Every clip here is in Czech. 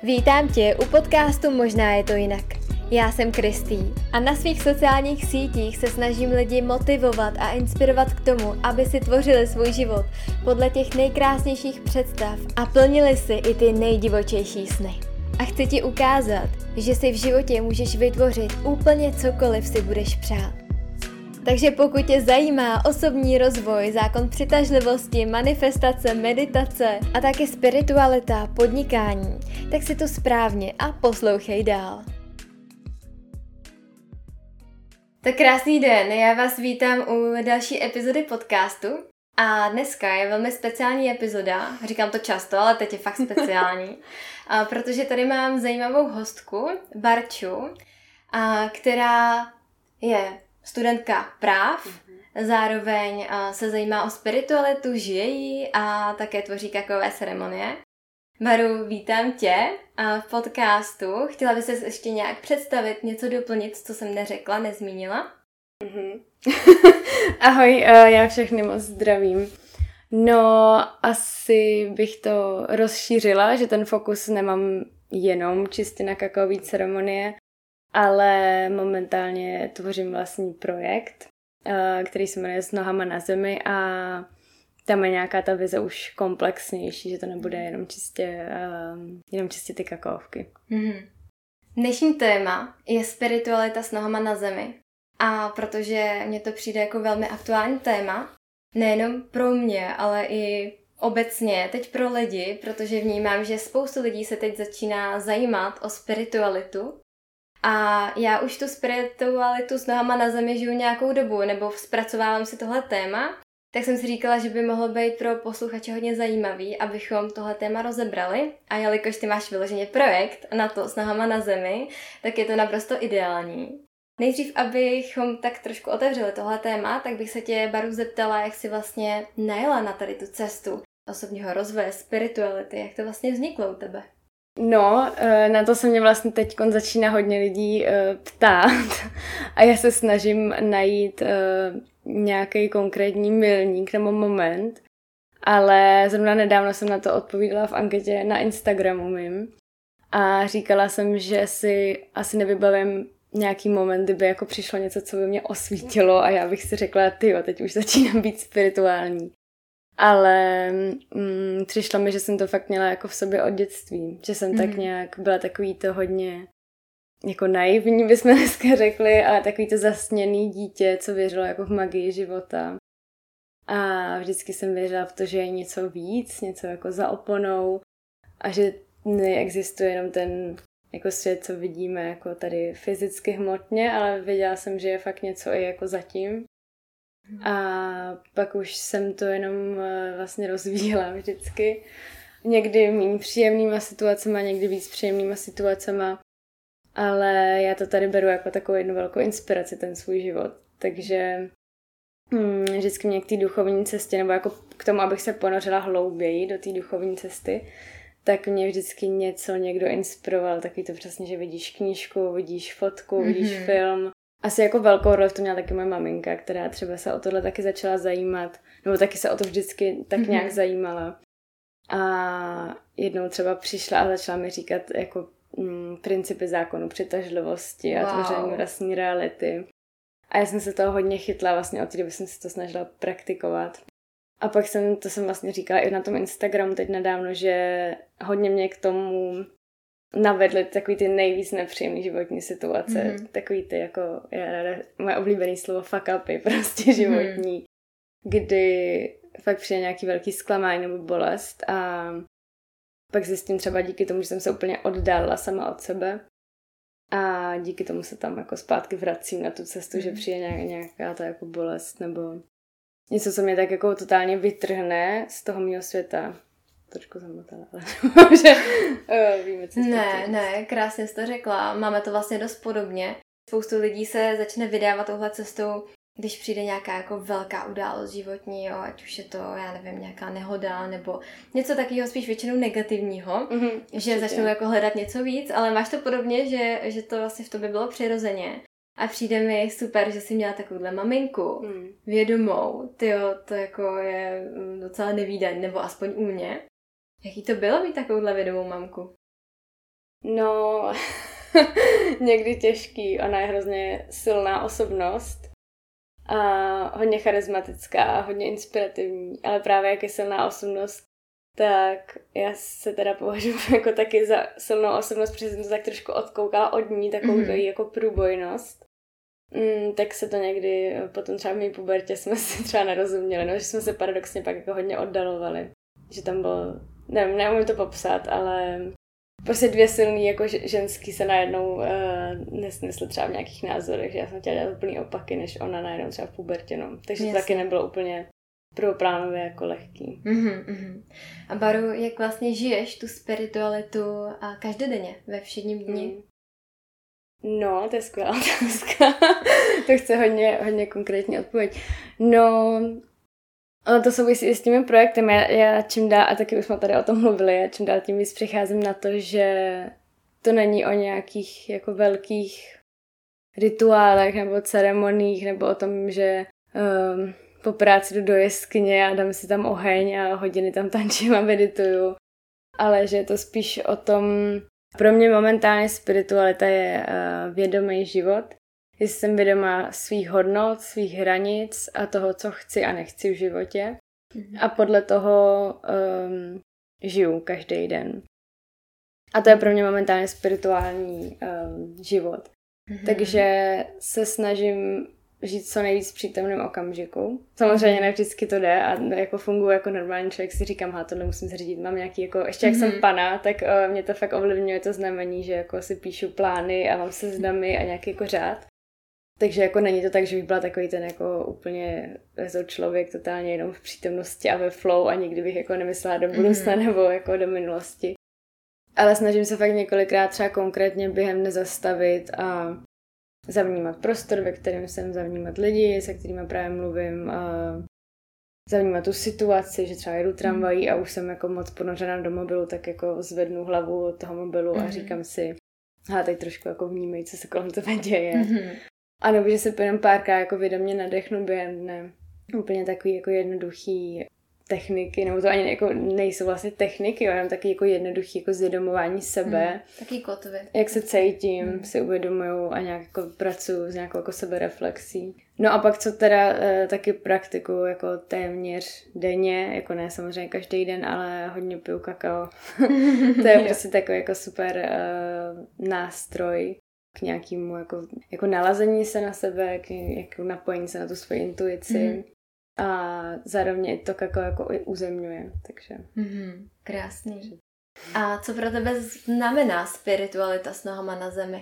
Vítám tě u podcastu Možná je to jinak. Já jsem Kristý a na svých sociálních sítích se snažím lidi motivovat a inspirovat k tomu, aby si tvořili svůj život podle těch nejkrásnějších představ a plnili si i ty nejdivočejší sny. A chci ti ukázat, že si v životě můžeš vytvořit úplně cokoliv si budeš přát. Takže pokud tě zajímá osobní rozvoj, zákon přitažlivosti, manifestace, meditace a taky spiritualita, podnikání, tak si to správně a poslouchej dál. Tak krásný den, já vás vítám u další epizody podcastu a dneska je velmi speciální epizoda, říkám to často, ale teď je fakt speciální, protože tady mám zajímavou hostku, Barču, která je studentka práv, zároveň se zajímá o spiritualitu, žije ji a také tvoří kakaové ceremonie. Baru, vítám tě v podcastu. Chtěla bys se ještě nějak představit, něco doplnit, co jsem neřekla, nezmínila? Ahoj, já všechny moc zdravím. No, asi bych to rozšířila, že ten fokus nemám jenom čistě na kakaové ceremonie, ale momentálně tvořím vlastní projekt, který se jmenuje S nohama na zemi a tam je nějaká ta vize už komplexnější, že to nebude jenom čistě ty kakaovky. Dnešní téma je spiritualita s nohama na zemi. A protože mně to přijde jako velmi aktuální téma, nejenom pro mě, ale i obecně, teď pro lidi, protože vnímám, že spoustu lidí se teď začíná zajímat o spiritualitu. A já už tu spiritualitu s nohama na zemi žiju nějakou dobu, nebo zpracovávám si tohle téma, tak jsem si říkala, že by mohlo být pro posluchače hodně zajímavý, abychom tohle téma rozebrali. A jelikož ty máš vyloženě projekt na to s nohama na zemi, tak je to naprosto ideální. Nejdřív, abychom tak trošku otevřeli tohle téma, tak bych se tě, Baru, zeptala, jak jsi vlastně najela na tady tu cestu osobního rozvoje, spirituality, jak to vlastně vzniklo u tebe? No, na to se mě vlastně teď začíná hodně lidí ptát a já se snažím najít nějaký konkrétní milník nebo moment, ale zrovna nedávno jsem na to odpovídala v anketě na Instagramu mým a říkala jsem, že si asi nevybavím nějaký moment, kdyby jako přišlo něco, co by mě osvítilo a já bych si řekla, tyjo, teď už začínám být spirituální. Ale přišlo mi, že jsem to fakt měla jako v sobě od dětství. Že jsem tak nějak byla takový to hodně jako naivní, bychom dneska řekli, ale takový to zasněný dítě, co věřilo jako v magii života. A vždycky jsem věřila v to, že je něco víc, něco jako za oponou a že neexistuje jenom ten jako svět, co vidíme jako tady fyzicky hmotně, ale věděla jsem, že je fakt něco i jako zatím. A pak už jsem to jenom vlastně rozvíjela vždycky. Někdy méně příjemnýma situacema, někdy víc příjemnýma situacema. Ale já to tady beru jako takovou jednu velkou inspiraci, ten svůj život. Takže vždycky mě k té duchovní cestě, nebo jako k tomu, abych se ponořila hlouběji do té duchovní cesty, tak mě vždycky někdo inspiroval. Takový to přesně, že vidíš knížku, vidíš fotku, vidíš film. Asi jako velkou roli v tom měla taky moje maminka, která třeba se o tohle taky začala zajímat, nebo taky se o to vždycky tak nějak zajímala. A jednou třeba přišla a začala mi říkat jako principy zákonu přitažlivosti a tvoření vlastní reality. A já jsem se toho hodně chytla, vlastně od té doby jsem se to snažila praktikovat. A pak jsem vlastně říkala i na tom Instagramu teď nedávno, že hodně mě k tomu navedly takový ty nejvíc nepříjemný životní situace. Takový ty jako, moje oblíbené slovo fuck upy, prostě životní. Kdy fakt přijde nějaký velký zklamání nebo bolest a pak zjistím třeba díky tomu, že jsem se úplně oddálila sama od sebe a díky tomu se tam jako zpátky vracím na tu cestu, že přijde nějaká ta jako bolest nebo něco, co mě tak jako totálně vytrhne z toho mého světa. Trošku zamotala, ale že víme, co Ne, krásně jsi to řekla. Máme to vlastně dost podobně. Spoustu lidí se začne vydávat touhle cestou, když přijde nějaká jako velká událost životní, jo, ať už je to, já nevím, nějaká nehoda, nebo něco takového spíš většinou negativního, že začnou jako hledat něco víc, ale máš to podobně, že to vlastně v tobě bylo přirozeně. A přijde mi super, že jsi měla takovouhle maminku vědomou. Tyjo, to jako je docela nevídaný, nebo aspoň u mě. Jaký to bylo mít takovouhle vědomou mamku? No, někdy těžký. Ona je hrozně silná osobnost a hodně charismatická a hodně inspirativní, ale právě jak je silná osobnost, tak já se teda považuji jako taky za silnou osobnost, protože jsem to tak trošku odkoukala od ní, takovou to jako průbojnost. Tak se to někdy, potom třeba v mý pubertě jsme si třeba nerozuměli, no, že jsme se paradoxně pak jako hodně oddalovali. Že tam bylo, nevím, neumím to popsat, ale prostě dvě silný jako ženský se najednou nesnesly třeba v nějakých názorech, že já jsem chtěla dělat úplný opaky, než ona najednou třeba v pubertě, no. Takže to taky nebylo úplně prvoplánově jako lehký. A Baru, jak vlastně žiješ tu spiritualitu a každodenně ve všedním dni? No, to je skvělá otázka. To chce hodně konkrétní odpověď. No, to souvisí i s tím projektem. Já čím dál, a taky už jsme tady o tom mluvili, já čím dál tím víc přicházím na to, že to není o nějakých jako velkých rituálech nebo ceremoniích, nebo o tom, že po práci jdu do jeskyně a dám si tam oheň a hodiny tam tančím a medituju. Ale že je to spíš o tom, pro mě momentálně spiritualita je vědomý život. Jestli jsem vědomá svých hodnot, svých hranic a toho, co chci a nechci v životě. A podle toho žiju každý den. A to je pro mě momentálně spirituální život. Takže se snažím žít co nejvíc v přítomném okamžiku. Samozřejmě ne vždycky to jde a jako funguji jako normální člověk, si říkám, tohle musím zařídit, mám nějaký jako, ještě jak jsem pana, tak mě to fakt ovlivňuje to znamení, že jako si píšu plány a mám seznamy a nějaký jako řád. Takže jako není to tak, že bych byla takový ten jako úplně člověk totálně jenom v přítomnosti a ve flow a nikdy bych jako nemyslela do budoucna nebo jako do minulosti. Ale snažím se fakt několikrát třeba konkrétně během dne zastavit a zavnímat prostor, ve kterém jsem, zavnímat lidi, se kterými právě mluvím, zavnímat tu situaci, že třeba jedu tramvají a už jsem jako moc ponořená do mobilu, tak jako zvednu hlavu od toho mobilu a říkám si, teď trošku jako vnímej, co se kolem tebe děje. A nebo že se jenom párkrát jako vědomě nadechnu během dne. Úplně takový jako jednoduchý techniky, nebo to ani jako nejsou vlastně techniky, jenom taky jako jednoduchý jako zvědomování sebe. Taky kotvy. Jak se cítím, si uvědomuju a nějak jako pracuju s nějakou jako sebereflexí. No a pak co teda taky praktikuju jako téměř denně, jako ne samozřejmě každý den, ale hodně piju kakao. To je prostě takový jako super nástroj k nějakému jako nalazení se na sebe, k jako napojení se na tu svoji intuici. A zároveň to kakao jako i uzemňuje, takže. Krásný. A co pro tebe znamená spiritualita s nohama na zemi?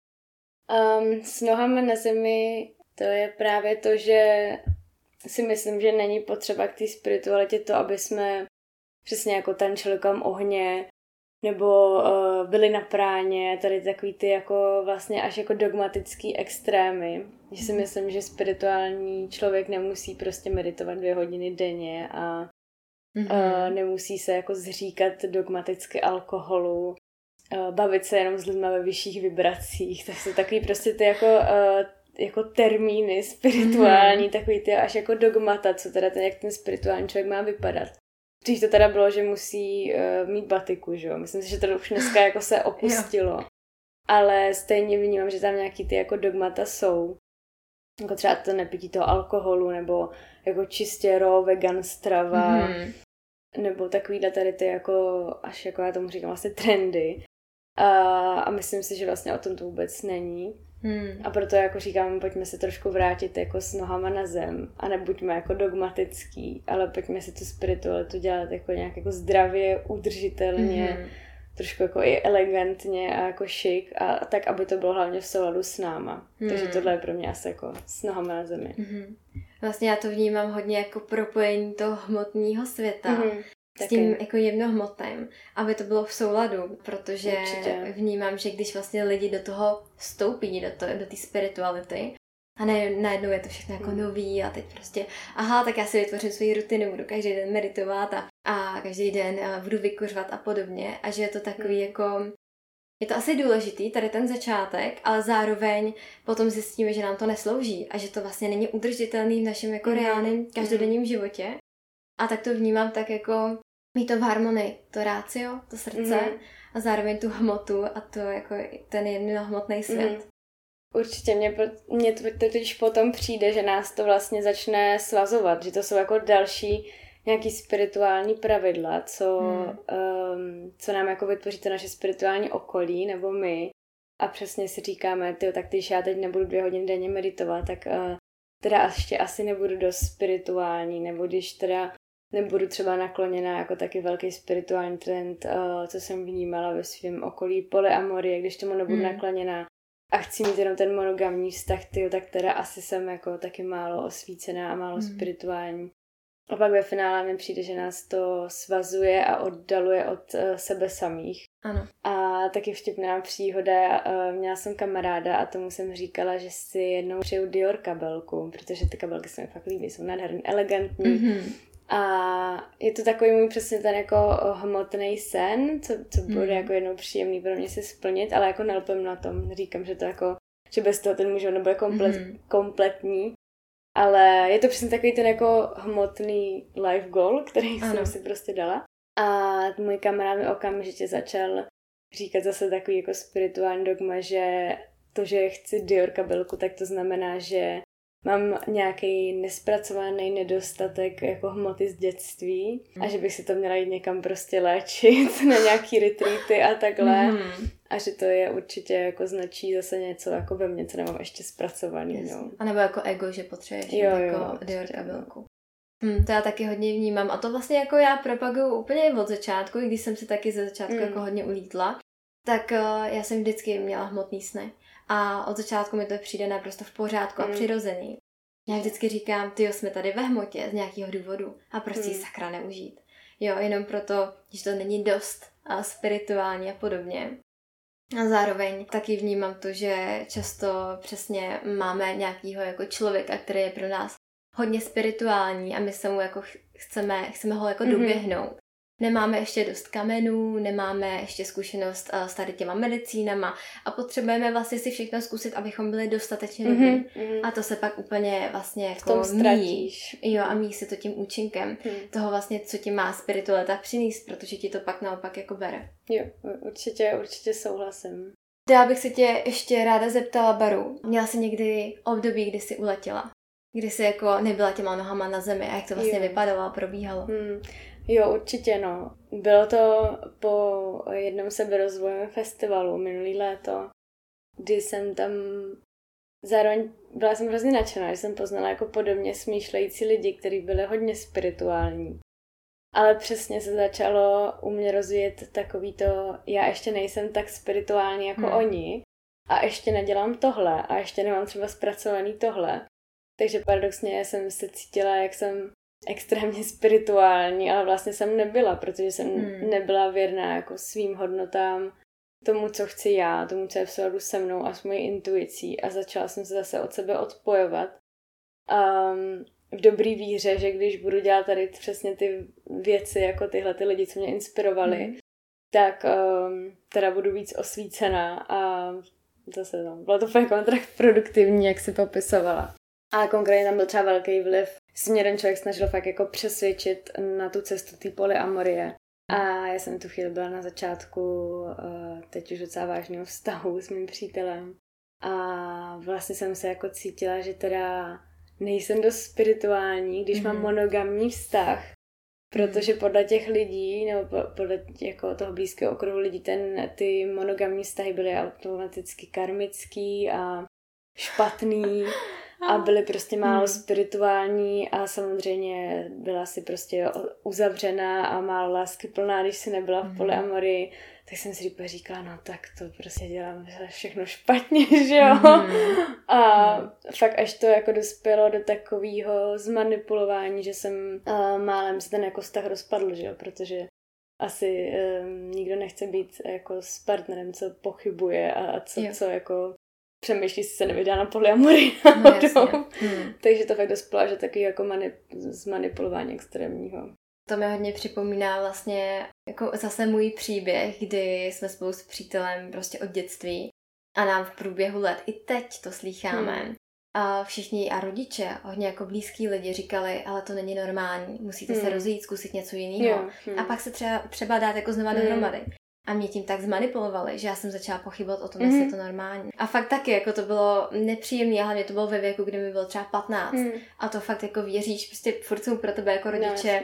S nohama na zemi to je právě to, že si myslím, že není potřeba k té spiritualitě to, aby jsme přesně jako tančili kolem ohně, nebo byli na práně, tady takový ty jako vlastně až jako dogmatický extrémy. Že si myslím, že spirituální člověk nemusí prostě meditovat 2 hodiny denně a nemusí se jako zříkat dogmaticky alkoholu, bavit se jenom s lidmi ve vyšších vibracích. Tak jsou takový prostě ty jako termíny spirituální, takový ty až jako dogmata, co teda jak ten spirituální člověk má vypadat. Dřív to teda bylo, že musí mít batiku, že jo. Myslím si, že to už dneska jako se opustilo. Ale stejně vnímám, že tam nějaký ty jako dogmata jsou. Jako třeba to nepití toho alkoholu, nebo jako čistě raw vegan strava, nebo takovýhle tady ty jako, až jako já tomu říkám vlastně trendy. A myslím si, že vlastně o tom to vůbec není. A proto jako říkám, pojďme se trošku vrátit jako s nohama na zem a nebuďme jako dogmatický, ale pojďme si tu spiritualitu dělat jako nějak jako zdravě, udržitelně, trošku jako i elegantně a jako šik a tak, aby to bylo hlavně v souladu s náma. Takže tohle je pro mě asi jako s nohama na zemi. Vlastně já to vnímám hodně jako propojení toho hmotného světa s tím jako jemnohmotným, aby to bylo v souladu, protože vnímám, že když vlastně lidi do toho vstoupí, do té spirituality a najednou je to všechno jako nový a teď prostě tak já si vytvořím svoji rutinu, budu každý den meditovat a každý den budu vykuřovat a podobně a že je to takový jako je to asi důležitý, tady ten začátek, ale zároveň potom zjistíme, že nám to neslouží a že to vlastně není udržitelný v našem jako reálném každodenním životě. A tak to vnímám tak jako mít to v harmonii, to rácio, to srdce a zároveň tu hmotu a to jako ten jednohmotný svět. Určitě, mně to totiž potom přijde, že nás to vlastně začne svazovat, že to jsou jako další nějaký spirituální pravidla, co nám jako vytvoří to naše spirituální okolí, nebo my. A přesně si říkáme, tak když já teď nebudu 2 hodiny denně meditovat, tak teda ještě asi nebudu dost spirituální, nebo když teda nebudu třeba nakloněná jako taky velký spirituální trend, co jsem vnímala ve svém okolí, polyamorie, když tomu nebudu nakloněná a chci mít jenom ten monogamní vztah, tak teda asi jsem jako taky málo osvícená a málo spirituální. A pak ve finále mi přijde, že nás to svazuje a oddaluje od sebe samých. Ano. A taky vtipná příhoda, měla jsem kamaráda a tomu jsem říkala, že si jednou přeju Dior kabelku, protože ty kabelky se mi fakt líbí, jsou nádherný, elegantní. A je to takový můj přesně ten jako hmotný sen, co bude jako jednou příjemný pro mě si splnit, ale jako nelpím na tom, říkám, že to jako, že bez toho ten život nebude kompletní. Ale je to přesně takový ten jako hmotný life goal, který jsem si prostě dala. A můj kamarád mi okamžitě začal říkat zase takový jako spirituální dogma, že to, že chci Dior kabelku, tak to znamená, že mám nějaký nespracovaný nedostatek jako hmoty z dětství a že bych si to měla jít někam prostě léčit na nějaký retreaty a takhle. A že to je určitě jako značí zase něco jako ve mně, co nemám ještě zpracovaný. No. A nebo jako ego, že potřebuješ jako Dior kabelku. To já taky hodně vnímám a to vlastně jako já propaguju úplně od začátku, i když jsem se taky ze začátku jako hodně ulítla, tak já jsem vždycky měla hmotný sny. A od začátku mi to přijde naprosto v pořádku a přirozený. Já vždycky říkám, jsme tady ve hmotě z nějakého důvodu a prostě sakra neužít. Jo, jenom proto, že to není dost spirituální a podobně. A zároveň taky vnímám to, že často přesně máme nějakýho jako člověka, který je pro nás hodně spirituální a my se mu jako chceme ho jako doběhnout. Nemáme ještě dost kamenů, nemáme ještě zkušenost s tady těma medicínama a potřebujeme vlastně si všechno zkusit, abychom byli dostatečně dobrý. A to se pak úplně vlastně jako míjí. Jo, a míjí se to tím účinkem toho vlastně, co ti má spiritualita přinést, protože ti to pak naopak jako bere. Jo, určitě souhlasím. Já bych se tě ještě ráda zeptala, Baru, měla jsi někdy období, kdy jsi uletěla? Kdy jsi jako nebyla těma nohama na zemi a jak to vlastně vypadalo a probíhalo? Jo, určitě, no. Bylo to po jednom seberozvojovém festivalu minulý léto, kdy jsem tam zároveň byla jsem hrozně nadšená, že jsem poznala jako podobně smýšlející lidi, kteří byli hodně spirituální. Ale přesně se začalo u mě rozvíjet takový to, já ještě nejsem tak spirituální jako oni a ještě nedělám tohle a ještě nemám třeba zpracovaný tohle. Takže paradoxně jsem se cítila, jak jsem extrémně spirituální, ale vlastně jsem nebyla, protože jsem nebyla věrná jako svým hodnotám, tomu, co chci já, tomu, co je v souladu se mnou a s mojí intuicí a začala jsem se zase od sebe odpojovat. V dobrý víře, že když budu dělat tady přesně ty věci, jako tyhle ty lidi, co mě inspirovali, tak teda budu víc osvícená a zase bylo to fakt kontraproduktivní, jak si popisovala. Ale konkrétně tam byl třeba velký vliv. Směrem člověk snažil fakt jako přesvědčit na tu cestu té polyamorie. A já jsem tu chvíli byla na začátku teď už docela vážného vztahu s mým přítelem. A vlastně jsem se jako cítila, že teda nejsem dost spirituální, když mám monogamní vztah. Protože podle těch lidí, nebo podle jako toho blízkého okruhu lidí, ty monogamní vztahy byly automaticky karmický a špatný. A byly prostě málo spirituální a samozřejmě byla si prostě uzavřená a málo láskyplná, když si nebyla v polyamorii, tak jsem si říkala, no tak to prostě dělám všechno špatně, že jo? A fakt až to jako dospělo do takového zmanipulování, že jsem málem se ten jako vztah rozpadl, že jo? Protože asi nikdo nechce být jako s partnerem, co pochybuje a co jako přemýšlí, si se nevydá na polyamorii. Takže to fakt dospělo, že taky jako zmanipulování extrémního. To mi hodně připomíná vlastně jako zase můj příběh, kdy jsme spolu s přítelem prostě od dětství a nám v průběhu let i teď to slýcháme. A všichni a rodiče, hodně jako blízký lidi říkali, ale to není normální, musíte se rozjít, zkusit něco jiného. A pak se třeba dát jako znova dohromady. A mě tím tak zmanipulovali, že já jsem začala pochybovat o tom, jestli je to normální. A fakt taky, jako to bylo nepříjemné, a hlavně to bylo ve věku, kdy mi bylo třeba 15. A to fakt jako věříš, prostě furt jsou pro tebe jako rodiče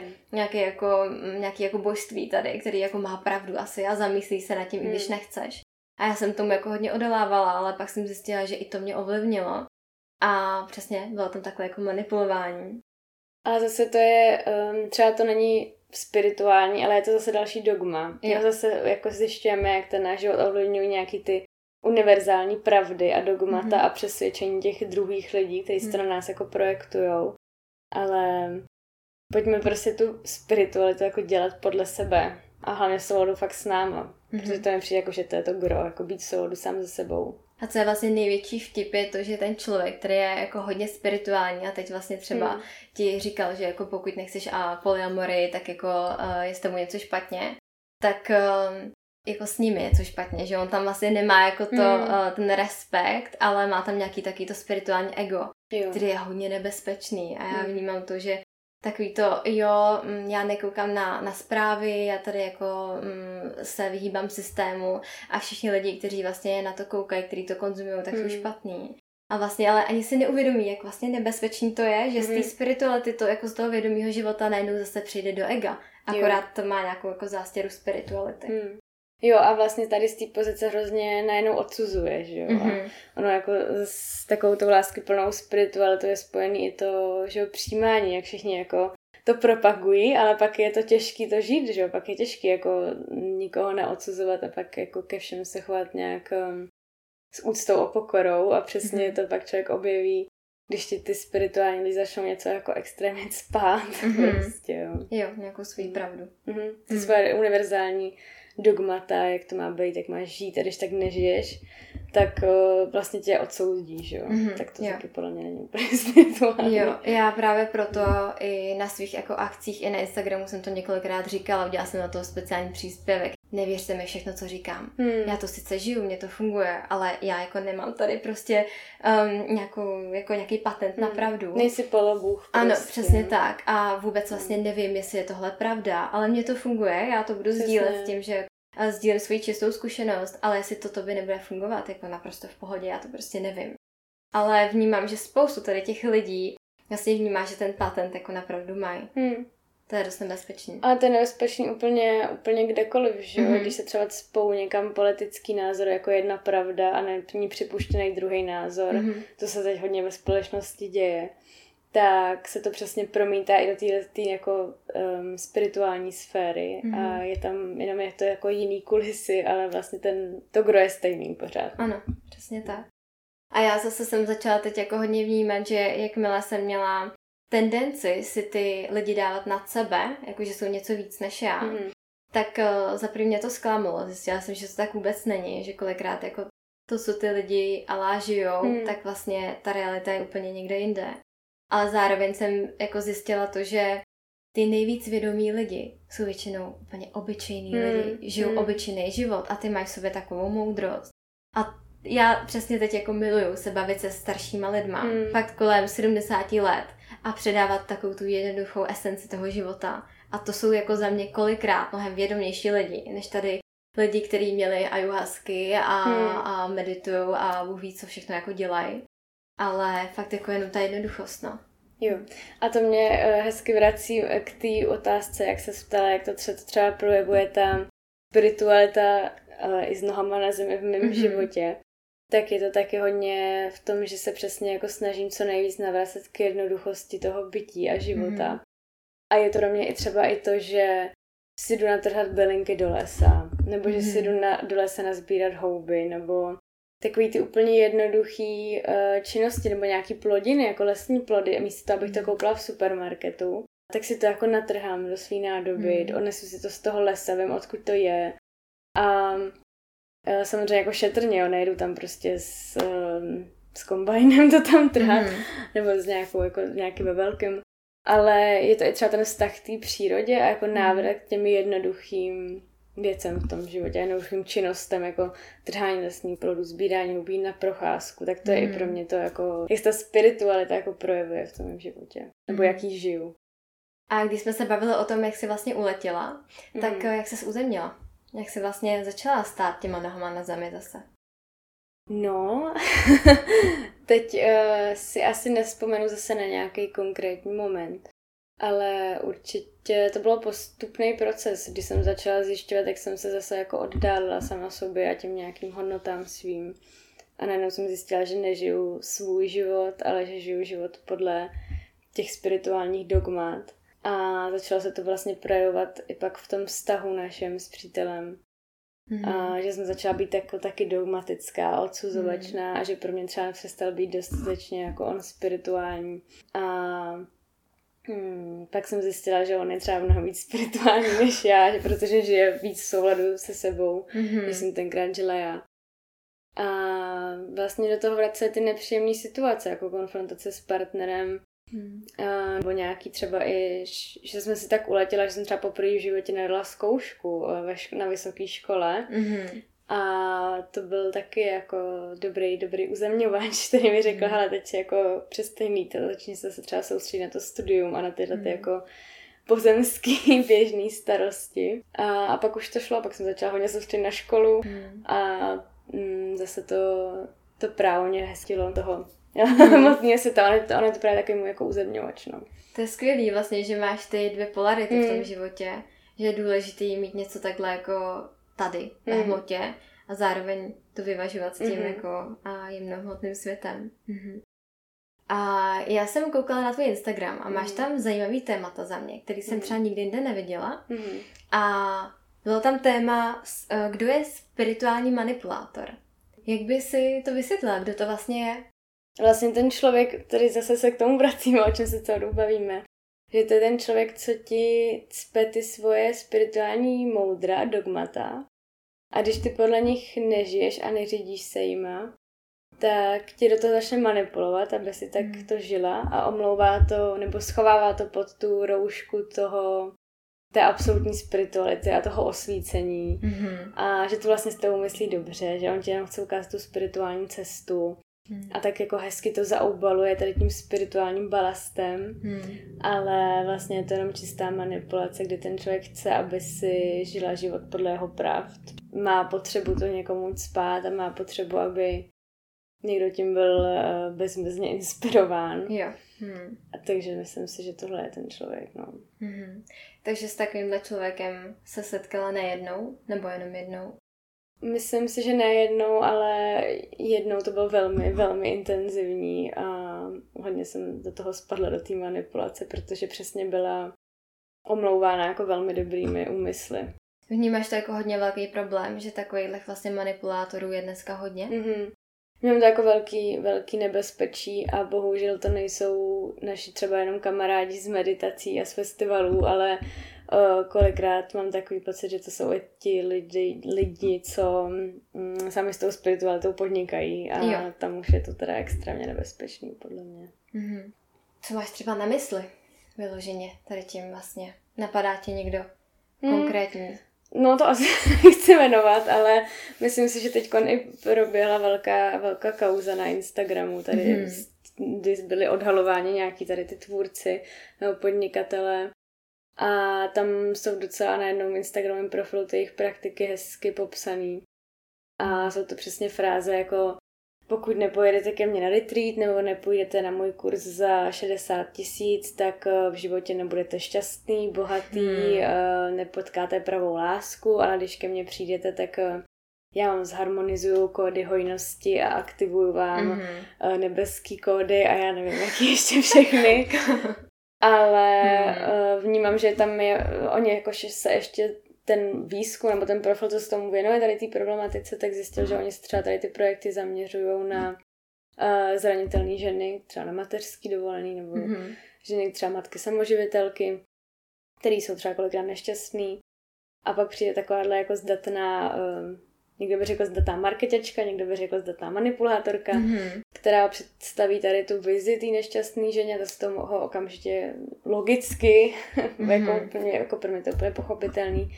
nějaký jako božství tady, který jako má pravdu asi a zamyslí se nad tím, i když nechceš. A já jsem tomu jako hodně odolávala, ale pak jsem zjistila, že i to mě ovlivnilo. A přesně, bylo tam takové jako manipulování. Ale zase to je, třeba to není spirituální, ale je to zase další dogma. Jo. Zase jako zjišťujeme, jak ten náš život ovlivňují nějaký ty univerzální pravdy a dogmata a přesvědčení těch druhých lidí, kteří se to na nás jako projektujou. Ale pojďme prostě tu spiritualitu jako dělat podle sebe. A hlavně v souladu fakt s náma. Protože to mi přijde jako, že to je to gro, jako být v souladu sám se sebou. A co je vlastně největší vtip je to, že ten člověk, který je jako hodně spirituální a teď vlastně třeba ti říkal, že jako pokud nechceš polyamorii, tak jako je s tebou něco špatně, tak jako s ním je něco špatně, že on tam vlastně nemá jako ten respekt, ale má tam nějaký taky to spirituální ego, který je hodně nebezpečný a já vnímám to, že takový to, já nekoukám na zprávy, já tady jako se vyhýbám systému a všichni lidi, kteří vlastně na to koukají, kteří to konzumují, tak jsou špatný. A vlastně ale ani si neuvědomí, jak vlastně nebezpečný to je, že z té spirituality to jako z toho vědomího života najednou zase přijde do ega. Akorát to má nějakou jako zástěru spirituality. Jo, a vlastně tady z té pozice hrozně najednou odsuzuje, že jo. A ono jako s takovou tou láskyplnou spiritualitou je spojený i to, že jo, přijímání, jak všichni jako to propagují, ale pak je to těžký to žít, že jo. Pak je těžký jako nikoho neodsuzovat a pak jako ke všem se chovat nějak s úctou a pokorou a přesně to pak člověk objeví, když ti ty spirituální lidi začnou něco jako extrémně spát. Prostě, jo. Jo, nějakou svou pravdu. Ty svoje univerzální dogmata, jak to má být, jak máš žít a když tak nežiješ, tak vlastně tě odsoudí, že jo? Tak to taky podle mě není úplně spirituální. Jo, já právě proto i na svých jako akcích, i na Instagramu jsem to několikrát říkala, udělala jsem na to speciální příspěvek. Nevěřte mi všechno, co říkám. Já to sice žiju, mně to funguje, ale já jako nemám tady prostě nějaký patent na pravdu. Nejsi polobůh. Prostě. Ano, přesně tak. A vůbec vlastně nevím, jestli je tohle pravda, ale mně to funguje, já to budu sdílet s tím, že sdílím svoji čistou zkušenost, ale jestli to tobě nebude fungovat, jako naprosto v pohodě, já to prostě nevím. Ale vnímám, že spoustu tady těch lidí vlastně vnímá, že ten patent jako napravdu mají. To je dost nebezpečný. Ale to je nebezpečný úplně kdekoliv, že jo? Když se třeba cpou někam politický názor jako jedna pravda a není připuštěný druhý názor, to se teď hodně ve společnosti děje, tak se to přesně promítá i do té jako spirituální sféry a je tam, jenom je to jako jiný kulisy, ale vlastně to gro je stejný pořád. Ano, přesně tak. A já zase jsem začala teď jako hodně vnímat, že jakmile jsem měla tendenci si ty lidi dávat nad sebe, jakože jsou něco víc než já, tak za první mě to zklamalo. Zjistila jsem, že to tak vůbec není, že kolikrát jako to, co ty lidi žijou, tak vlastně ta realita je úplně někde jinde. Ale zároveň jsem jako zjistila to, že ty nejvíc vědomí lidi jsou většinou úplně obyčejní lidi, žijou obyčejný život a ty mají v sobě takovou moudrost. A já přesně teď jako miluju se bavit se staršíma lidma, fakt kolem 70 let a předávat takovou tu jednoduchou esenci toho života. A to jsou jako za mě kolikrát mnohem vědomější lidi, než tady lidi, kteří měli ayahuasky a meditujou a Bůh ví, co všechno jako dělají. Ale fakt jako jenom ta jednoduchost, no. Jo. A to mě hezky vrací k té otázce, jak se ptala, jak to třeba projevuje ta spiritualita i s nohama na zemi v mém životě. Tak je to taky hodně v tom, že se přesně jako snažím co nejvíc navracet k jednoduchosti toho bytí a života. A je to pro mě i třeba i to, že si jdu natrhat bylinky do lesa, nebo že si jdu do lesa nazbírat houby, nebo takový ty úplně jednoduchý činnosti, nebo nějaký plodiny, jako lesní plody, místo toho, abych to koupila v supermarketu, tak si to jako natrhám do svý nádoby, odnesu si to z toho lesa, vím, odkud to je. A samozřejmě jako šetrně, jo, nejdu tam prostě s kombajnem to tam trhat, nebo s nějakým velkým. Ale je to i třeba ten vztah k té přírodě a jako návrat k těm jednoduchým věcem v tom životě, jednoduchým činnostem, jako trhání lesních plodů, sbírání hubí na procházku, tak to je i pro mě to jako, jak se ta spiritualita jako projevuje v tom životě, nebo jak jí žiju. A když jsme se bavili o tom, jak jsi vlastně uletěla, tak jak ses uzemnila? Jak jsi vlastně začala stát těma nohama na zemi zase? No, teď si asi nevzpomenu zase na nějaký konkrétní moment, ale určitě to bylo postupný proces. Když jsem začala zjišťovat, jak jsem se zase jako oddálila sama sobě a těm nějakým hodnotám svým. A najednou jsem zjistila, že nežiju svůj život, ale že žiju život podle těch spirituálních dogmat. A začalo se to vlastně projevovat i pak v tom vztahu našem s přítelem. A že jsem začala být jako taky dogmatická, odsuzovačná a že pro mě třeba přestal být dostatečně jako on spirituální. A pak jsem zjistila, že on je třeba mnohem víc spirituální než já, že protože žije víc v souladu se sebou, než jsem tenkrát žila já. A vlastně do toho vrací ty nepříjemné situace, jako konfrontace s partnerem, nebo nějaký třeba i, že jsme si tak uletěla, že jsem třeba poprvé v životě nedala zkoušku na vysoké škole. A to byl taky jako dobrý uzemňovač, který mi řekl, hele, teď si jako přestaň mít a začni se třeba soustředit na to studium a na tyhle ty jako pozemský běžný starosti. A pak už to šlo, pak jsem začala hodně soustředit na školu a zase to právo mě hestilo toho. Moc mě se to, ono je to právě takový můj jako uzemňovač, no. To je skvělý vlastně, že máš ty dvě polarity v tom životě, že je důležitý mít něco takhle jako tady, na hmotě a zároveň to vyvažovat s tím jako a jemnohmotným světem. A já jsem koukala na tvůj Instagram a máš tam zajímavý témata za mě, který jsem třeba nikdy jinde neviděla. A bylo tam téma, kdo je spirituální manipulátor. Jak by si to vysvětlila, kdo to vlastně je? Vlastně ten člověk, který zase se k tomu vracíme, o čem se celou dobu bavíme, že to je ten člověk, co ti cpe ty svoje spirituální moudra, dogmata. A když ty podle nich nežiješ a neřídíš se jima, tak tě do toho začne manipulovat, aby si tak to žila a omlouvá to, nebo schovává to pod tu roušku té absolutní spirituality a toho osvícení. A že to vlastně s tebou myslí dobře, že on ti jenom chce ukázat tu spirituální cestu. A tak jako hezky to zaobaluje tady tím spirituálním balastem, ale vlastně je to jenom čistá manipulace, kdy ten člověk chce, aby si žila život podle jeho pravd. Má potřebu to někomu cpát a má potřebu, aby někdo tím byl bezmezně inspirován. Jo. A takže myslím si, že tohle je ten člověk, no. Takže s takovýmhle člověkem se setkala nejednou, nebo jenom jednou? Myslím si, že ne jednou, ale jednou to bylo velmi, velmi intenzivní a hodně jsem do toho spadla, do té manipulace, protože přesně byla omlouvána jako velmi dobrými úmysly. Vnímáš to jako hodně velký problém, že takových vlastně manipulátorů je dneska hodně? Mám to jako velký nebezpečí a bohužel to nejsou naši třeba jenom kamarádi z meditací a z festivalů, ale kolikrát mám takový pocit, že to jsou i ti lidi, co sami s tou spiritualitou podnikají a tam už je to teda extrémně nebezpečný, podle mě. Co máš třeba na mysli vyloženě tady tím vlastně? Napadá ti někdo konkrétní? No to asi nechci jmenovat, ale myslím si, že teď i proběhla velká kauza na Instagramu, tady kdy byli odhalováni nějaký tady ty tvůrci nebo podnikatelé. A tam jsou docela na jednom Instagramovém profilu ty jejich praktiky hezky popsaný. A jsou to přesně fráze jako pokud nepojedete ke mně na retreat nebo nepůjdete na můj kurz za 60 000, tak v životě nebudete šťastný, bohatý, nepotkáte pravou lásku, ale když ke mně přijdete, tak já vám zharmonizuju kódy hojnosti a aktivuju vám nebeský kódy a já nevím, jaký ještě všechny. Ale vnímám, že tam oni jakože se ještě ten výzkum nebo ten profil, co se tomu věnuje tady té problematice, tak zjistil, že oni se třeba tady ty projekty zaměřují na zranitelné ženy, třeba na mateřský dovolený, nebo ženy třeba matky samoživitelky, které jsou třeba kolikrát nešťastný. A pak přijde takováhle jako zdatná, někdo by řekl zdatná marketačka, někdo by řekl zdatná manipulátorka, která představí tady tu vizi té nešťastné ženě a to z toho okamžitě logicky, jako pro mě to úplně pochopitelný,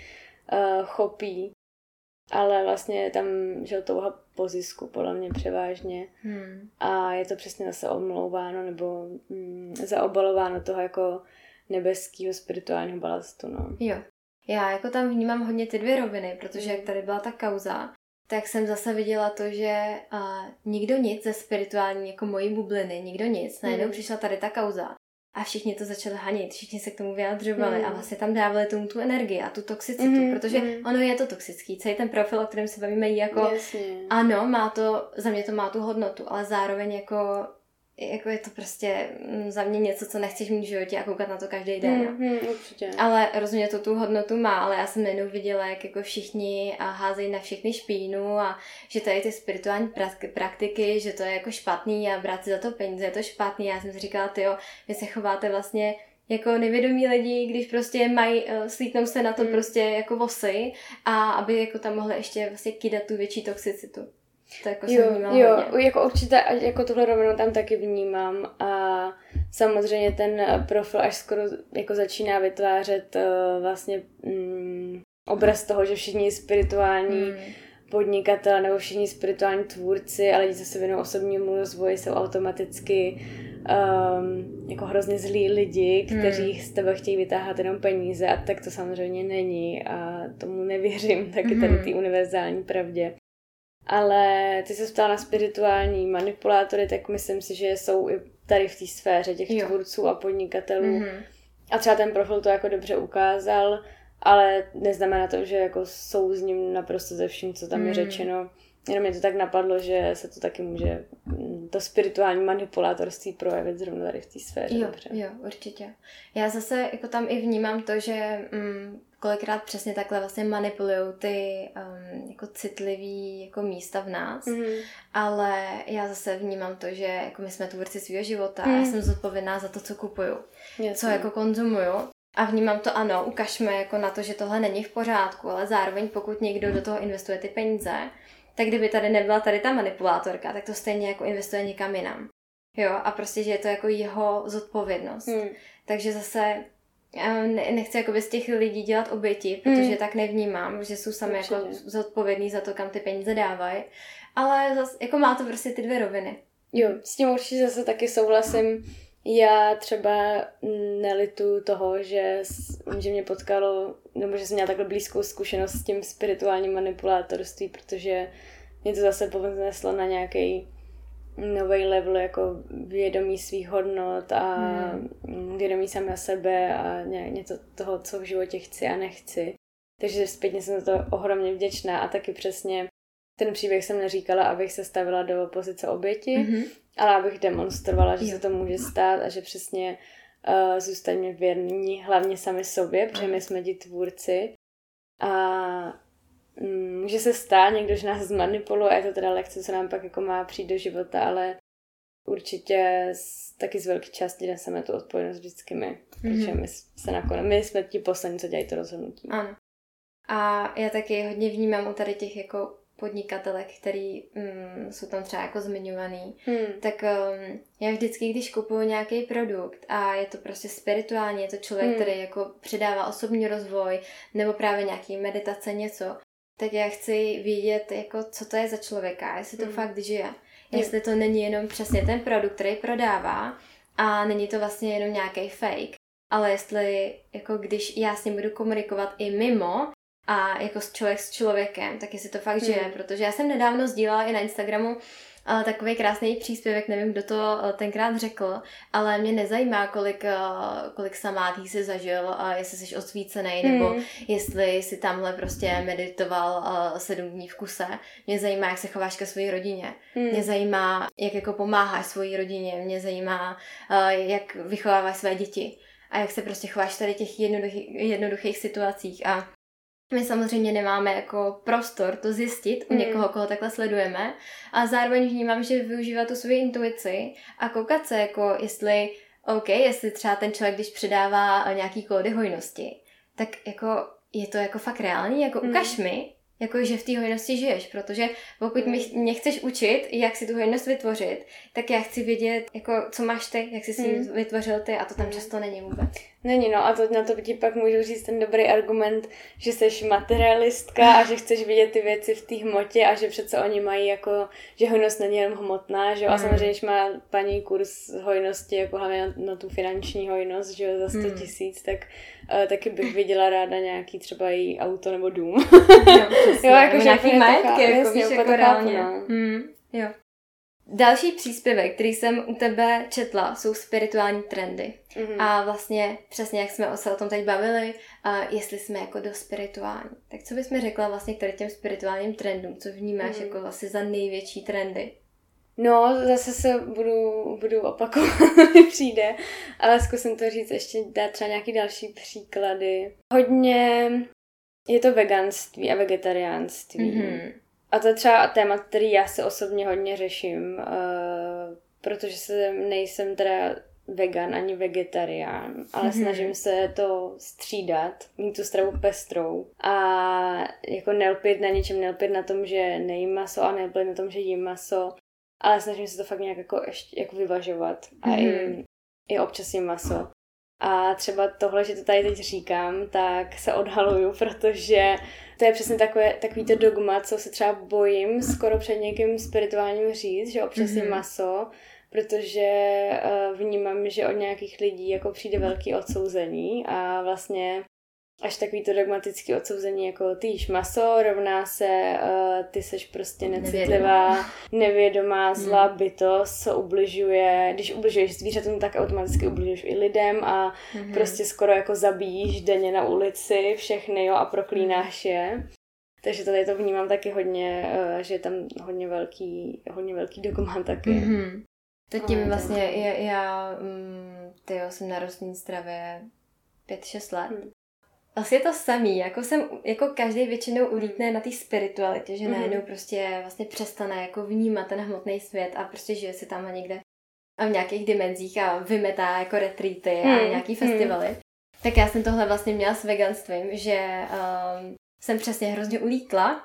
chopí. Ale vlastně tam, že touha po zisku, podle mě převážně. A je to přesně zase omlouváno nebo zaobalováno toho jako nebeského spirituálního balastu, no. Jo. Já jako tam vnímám hodně ty dvě roviny, protože jak tady byla ta kauza, tak jsem zase viděla to, že nikdo nic ze spirituální jako mojí bubliny, nikdo nic, najednou přišla tady ta kauza a všichni to začali hanit, všichni se k tomu vyjadřovali a vlastně tam dávali tomu tu energii a tu toxicitu, protože ono je to toxický, celý ten profil, o kterém se bavíme, jako ano, má to, za mě to má tu hodnotu, ale zároveň jako je to prostě za mě něco, co nechceš mít v životě a koukat na to každý den. Určitě. Ale rozhodně to tu hodnotu má, ale já jsem jednou viděla, jak jako všichni házejí na všechny špínu a že tady ty spirituální praktiky, že to je jako špatný a brát si za to peníze, je to špatný. Já jsem si říkala, tyjo, vy se chováte vlastně jako nevědomí lidi, když prostě mají, slítnou se na to prostě jako vosy a aby jako tam mohli ještě vlastně kydat tu větší toxicitu. To jako jako určitě jako tuhle rovinu tam taky vnímám a samozřejmě ten profil až skoro jako začíná vytvářet vlastně obraz toho, že všichni spirituální podnikatelé nebo všichni spirituální tvůrci a lidi, co se věnují osobnímu rozvoji, jsou automaticky jako hrozně zlí lidi, kteří z tebe chtějí vytáhat jenom peníze a tak to samozřejmě není a tomu nevěřím taky tady té univerzální pravdě. Ale ty se ptala na spirituální manipulátory, tak myslím si, že jsou i tady v té sféře těch tvůrců a podnikatelů. A třeba ten profil to jako dobře ukázal, ale neznamená to, že jako souzním naprosto ze vším, co tam je řečeno. Jenom mě to tak napadlo, že se to taky může to spirituální manipulátorství projevit zrovna tady v té sféře. Jo, určitě. Já zase jako tam i vnímám to, že kolikrát přesně takhle vlastně manipulujou ty jako citlivý jako místa v nás, ale já zase vnímám to, že jako my jsme tvůrci svého života a já jsem zodpovědná za to, co kupuju, co jako konzumuju. A vnímám to, ano, ukažme jako na to, že tohle není v pořádku, ale zároveň pokud někdo do toho investuje ty peníze, tak kdyby tady nebyla tady ta manipulátorka, tak to stejně jako investuje někam jinam. Jo, a prostě, že je to jako jeho zodpovědnost. Takže zase nechci jakoby z těch lidí dělat oběti, protože tak nevnímám, že jsou sami jako zodpovědní za to, kam ty peníze dávají, ale zase, jako má to prostě ty dvě roviny. Jo, s tím určitě zase taky souhlasím. Já třeba nelitu toho, že mě potkalo, nebo že jsem měla takhle blízkou zkušenost s tím spirituálním manipulátorství, protože mě to zase povzneslo na nějaký nový level jako vědomí svých hodnot a vědomí sama sebe a něco toho, co v životě chci a nechci. Takže zpětně jsem za to ohromně vděčná a taky přesně ten příběh jsem neříkala, abych se stavila do pozice oběti, ale abych demonstrovala, že se to může stát a že přesně zůstaňme věrní hlavně sami sobě, protože my jsme ti tvůrci a může se stát někdo, že nás zmanipuluje a je to teda lekce, co nám pak jako má přijít do života, ale určitě taky z velké části neseme tu odpovědnost vždycky my, protože my jsme ti poslední, co dělají to rozhodnutí. Ano. A já taky hodně vnímám u tady těch jako podnikatelek, který jsou tam třeba jako zmiňovaný, tak já vždycky, když kupuju nějaký produkt a je to prostě spirituální, je to člověk, který jako předává osobní rozvoj nebo právě nějaký meditace, něco, tak já chci vědět, jako, co to je za člověka, jestli to fakt žije. Jestli to není jenom přesně ten produkt, který prodává a není to vlastně jenom nějaký fake, ale jestli, jako když já s ním budu komunikovat i mimo a jako člověk s člověkem, tak jestli to fakt žije, protože já jsem nedávno sdílela i na Instagramu takový krásný příspěvek, nevím, kdo to tenkrát řekl, ale mě nezajímá, kolik samádhí si zažil, jestli jsi osvícený, nebo jestli si tamhle prostě meditoval 7 dní v kuse. Mě zajímá, jak se chováš ke své rodině. Mě zajímá, jak jako pomáháš své rodině. Mě zajímá, jak vychováváš své děti a jak se prostě chováš tady těch jednoduchých situacích. A my samozřejmě nemáme jako prostor to zjistit u někoho, koho takhle sledujeme, a zároveň vnímám, že využívá tu svou intuici a koukat se, jako jestli třeba ten člověk, když předává nějaký kódy hojnosti, tak jako je to jako fakt reálný, jako ukaž mi, jako že v té hojnosti žiješ, protože pokud mě chceš učit, jak si tu hojnost vytvořit, tak já chci vědět, jako co máš ty, jak jsi si vytvořil ty a to tam často není vůbec. Není, no a to, na to ti pak můžu říct ten dobrý argument, že jsi materialistka a že chceš vidět ty věci v té hmotě a že přece oni mají jako, že hojnost není jenom hmotná, že jo, a samozřejmě, když má paní kurz hojnosti, jako hlavně na tu finanční hojnost, že jo, za 100 000, tak taky bych viděla ráda nějaký třeba její auto nebo dům. Jo, jako nějaký majetky, jako víš, jako reálně. Jo. Další příspěvek, který jsem u tebe četla, jsou spirituální trendy. A vlastně přesně jak jsme se o tom teď bavili, jestli jsme jako dost spirituální. Tak co bys mi řekla vlastně k těm spirituálním trendům? Co vnímáš jako vlastně za největší trendy? No, zase se budu opakovat, přijde, ale zkusím to říct ještě, dát třeba nějaký další příklady. Hodně je to veganství a vegetariánství. A to je třeba téma, který já se osobně hodně řeším, protože nejsem teda vegan ani vegetarián, ale snažím se to střídat, mít tu stravu pestrou a jako nelpět na ničem, nelpět na tom, že nejím maso a nelpět na tom, že jím maso, ale snažím se to fakt nějak jako vyvažovat a i občas jím maso. A třeba tohle, že to tady teď říkám, tak se odhaluju, protože to je přesně takový to dogma, co se třeba bojím skoro před někým spirituálním říct, že občas je maso, protože vnímám, že od nějakých lidí jako přijde velký odsouzení a vlastně až takový to dogmatický odsouzení, jako ty jíš maso, rovná se ty seš prostě necitlivá, nevědomá, zlá bytost, co ubližuje. Když ubližuješ zvířatům, tak automaticky ubližuješ i lidem a prostě skoro jako zabíjíš denně na ulici všechny, jo, a proklínáš je. Takže tady to vnímám taky hodně, že je tam hodně velký dogma taky. To tím vlastně já jsem na rostlinné stravě 5-6 let. Vlastně je to samý, jako každý většinou ulítne na té spiritualitě, že najednou prostě vlastně přestane jako vnímat ten hmotný svět a prostě žije si tam někde a v nějakých dimenzích a vymetá jako retreaty a nějaký festivaly. Tak já jsem tohle vlastně měla s veganstvím, že jsem přesně hrozně ulítla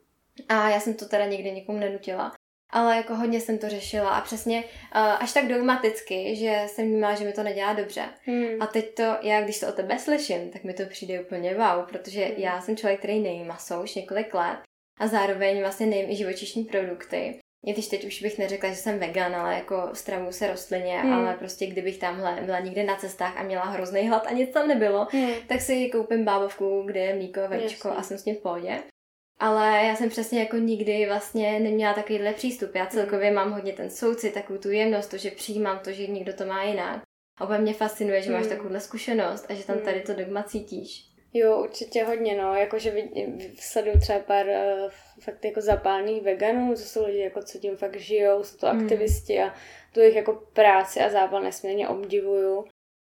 a já jsem to teda nikdy nikomu nenutila. Ale jako hodně jsem to řešila a přesně až tak dogmaticky, že jsem vnímala, že mi to nedělá dobře. A teď já, když to o tebe slyším, tak mi to přijde úplně wow, protože já jsem člověk, který nejí maso už několik let a zároveň vlastně nejím i živočišní produkty. I když teď už bych neřekla, že jsem vegan, ale jako stravuju se rostlině, ale prostě kdybych tamhle byla někde na cestách a měla hrozný hlad a nic tam nebylo, tak si koupím bábovku, kde je mlíko, vajíčko a jsem s tím v pohodě. Ale já jsem přesně jako nikdy vlastně neměla takovýhle přístup. Já celkově mám hodně ten soucit, takovou tu jemnost, to, že přijímám to, že někdo to má jinak. A úplně mě fascinuje, že máš takovouhle zkušenost a že tam tady to dogma cítíš. Jo, určitě hodně, no. Jakože sleduju třeba pár fakt jako zapálných veganů, to jsou lidi, jako co tím fakt žijou, jsou to aktivisti a tu jejich jako práci a zápal nesmírně obdivuju.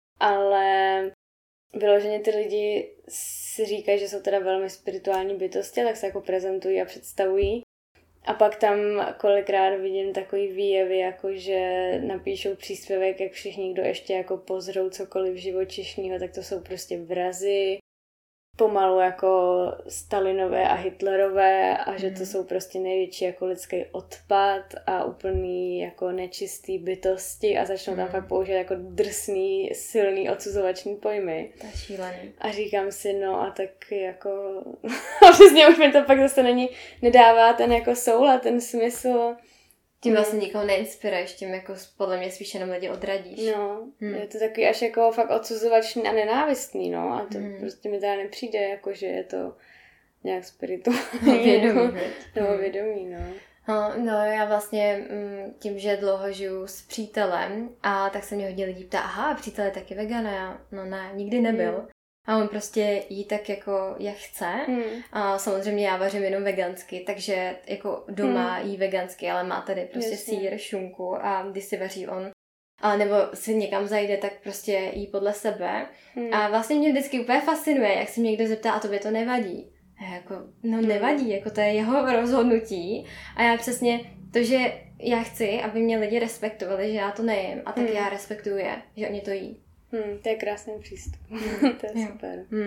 Ale vyloženě ty lidi si říkají, že jsou teda velmi spirituální bytosti, tak se jako prezentují a představují. A pak tam kolikrát vidím takový výjevy, jako že napíšou příspěvek, jak všichni, kdo ještě jako pozrou cokoliv živočišního, tak to jsou prostě vrazi, pomalu jako Stalinové a Hitlerové a že to jsou prostě největší jako lidský odpad a úplný jako nečistý bytosti a začnou tam fakt používat jako drsný, silný odsuzovační pojmy. To je šílený. A říkám si, no a tak jako a přesně už mi to pak zase nedává ten jako soulad, ten smysl. Tím vlastně nikoho neinspiruješ, tím jako podle mě spíš jenom lidi odradíš. No, je to takový až jako fakt odsuzovačný a nenávistný, no. A to prostě mi teda nepřijde, jako že je to nějak spirituální. Vědomí. Nebo vědomí, no. No, já vlastně tím, že dlouho žiju s přítelem a tak se mě hodně lidí ptá, aha, přítel je taky vegan a já, no ne, nikdy nebyl. A on prostě jí tak jako jak chce. A samozřejmě já vařím jenom vegansky, takže jako doma jí vegansky, ale má tady prostě sýr, šunku a když si vaří on, a nebo si někam zajde, tak prostě jí podle sebe. A vlastně mě vždycky úplně fascinuje, jak se mě někdo zeptá, a tobě to nevadí. A jako, no nevadí, jako to je jeho rozhodnutí. A já přesně to, že já chci, aby mě lidi respektovali, že já to nejím, a tak já respektuju je, že oni to jí. To je krásný přístup. To je super.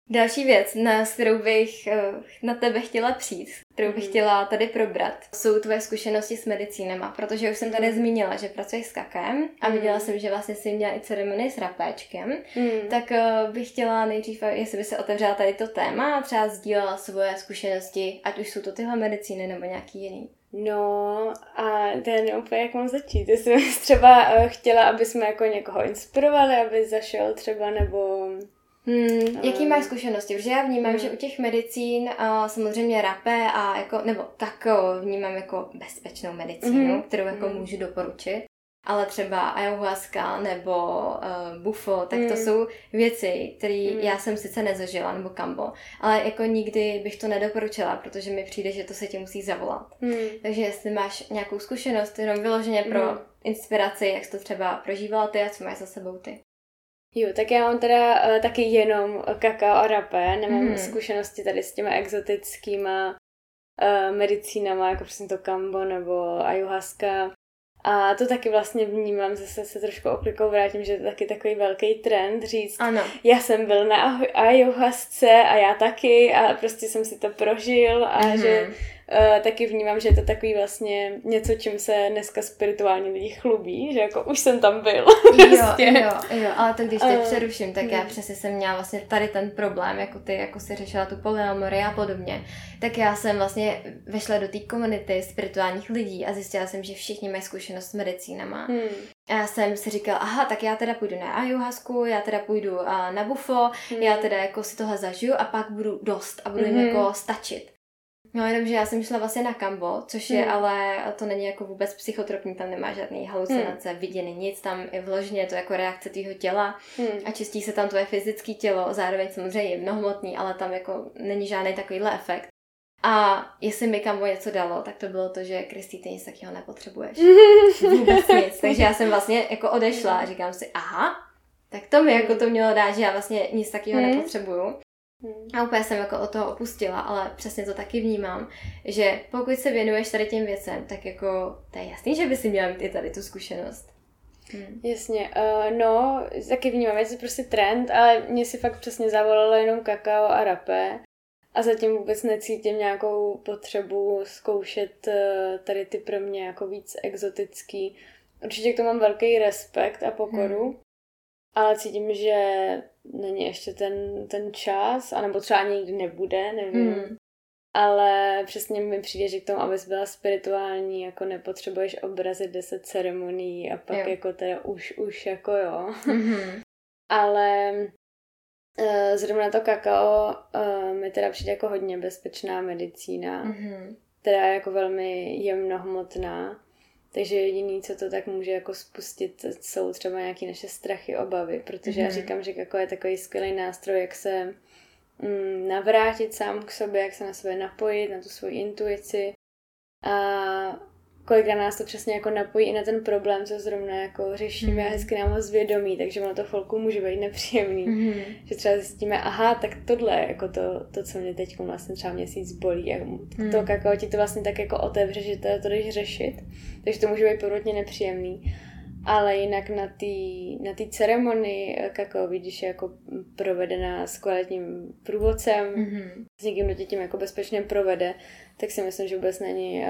Další věc, s kterou bych na tebe chtěla přijít, kterou bych chtěla tady probrat, jsou tvoje zkušenosti s medicínama, protože už jsem tady zmínila, že pracuješ s kakem a viděla jsem, že vlastně jsi měla i ceremonii s rapéčkem, tak bych chtěla nejdřív, jestli by se otevřela tady to téma a třeba sdílela svoje zkušenosti, ať už jsou to tyhle medicíny nebo nějaký jiný. No a to je úplně jak mám začít. Jestli bys třeba chtěla, aby jsme jako někoho inspirovali, aby zašel třeba, nebo... Jaký máš zkušenosti? Protože já vnímám, že u těch medicín samozřejmě rapé a jako, nebo kakao vnímám jako bezpečnou medicínu, kterou jako můžu doporučit. Ale třeba ayahuasca nebo bufo, tak to jsou věci, které já jsem sice nezažila, nebo kambo, ale jako nikdy bych to nedoporučila, protože mi přijde, že to se ti musí zavolat. Takže jestli máš nějakou zkušenost, jenom vyloženě pro inspiraci, jak jsi to třeba prožívala ty a co máš za sebou ty. Jo, tak já mám teda taky jenom kakao a rapé, nemám zkušenosti tady s těma exotickýma medicínama, jako přesně to kambo nebo ayahuasca. A to taky vlastně vnímám, zase se trošku oklikou vrátím, že je to taky takový velký trend říct, ano. Já jsem byl na ayahuasce a já taky a prostě jsem si to prožil a že taky vnímám, že je to takový vlastně něco, čím se dneska spirituální lidi chlubí, že jako už jsem tam byl. Jo, ale to když teď přeruším, tak já přesně jsem měla vlastně tady ten problém, jako ty, jako si řešila tu polyamorii a podobně, tak já jsem vlastně vešla do té komunity spirituálních lidí a zjistila jsem, že všichni mají zkušenost s medicínama. A já jsem si říkala, aha, tak já teda půjdu na ayahuasku, já teda půjdu na bufo, já teda jako si tohle zažiju a pak budu dost a budu jim jako stačit. No jenomže já jsem šla vlastně na kambo, což je ale, to není jako vůbec psychotropní, tam nemá žádný halucinace, vidění, nic, tam je vložně to jako reakce tvýho těla a čistí se tam tvoje fyzické tělo, zároveň samozřejmě je mnohmotný, ale tam jako není žádný takovýhle efekt. A jestli mi kambo něco dalo, tak to bylo to, že Kristý, ty nic takového nepotřebuješ. Vůbec nic. Takže já jsem vlastně jako odešla a říkám si, aha, tak to mi jako to mělo dát, že já vlastně nic takového nepotřebuju. A úplně jsem jako od toho opustila, ale přesně to taky vnímám, že pokud se věnuješ tady těm věcem, tak jako to je jasný, že by si měla mít i tady tu zkušenost. Jasně, no, taky vnímám, je to prostě trend, ale mě si fakt přesně zavolalo jenom kakao a rapé a zatím vůbec necítím nějakou potřebu zkoušet tady ty pro mě jako víc exotický. Určitě k tomu mám velký respekt a pokoru, ale cítím, že není ještě ten čas, anebo třeba ani nikdy nebude, nevím. Ale přesně mi přijde, že k tomu, abys byla spirituální, jako nepotřebuješ obrazit 10 ceremonií a pak jako teda už jako jo. Ale zrovna to kakao mi teda přijde jako hodně bezpečná medicína, která je jako velmi jemnohmotná. Takže jediný, co to tak může jako spustit, jsou třeba nějaké naše strachy, obavy, protože já říkám, že kakao je takový skvělý nástroj, jak se navrátit sám k sobě, jak se na sebe napojit, na tu svoji intuici a kolikrát nás to přesně jako napojí i na ten problém, co zrovna jako řešíme a hezky nám ho zvědomí, takže ono to chvilku může být nepříjemný, že třeba zjistíme, aha, tak tohle je jako to, co mě teď vlastně třeba měsíc bolí a to kakao ti to vlastně tak jako otevře, že to jdeš řešit, takže to může být prvotně nepříjemný. Ale jinak na té ceremonii kakao, když je jako provedená s kvalitním průvodcem, s někým, kdo tě tím jako bezpečně provede, tak si myslím, že vůbec není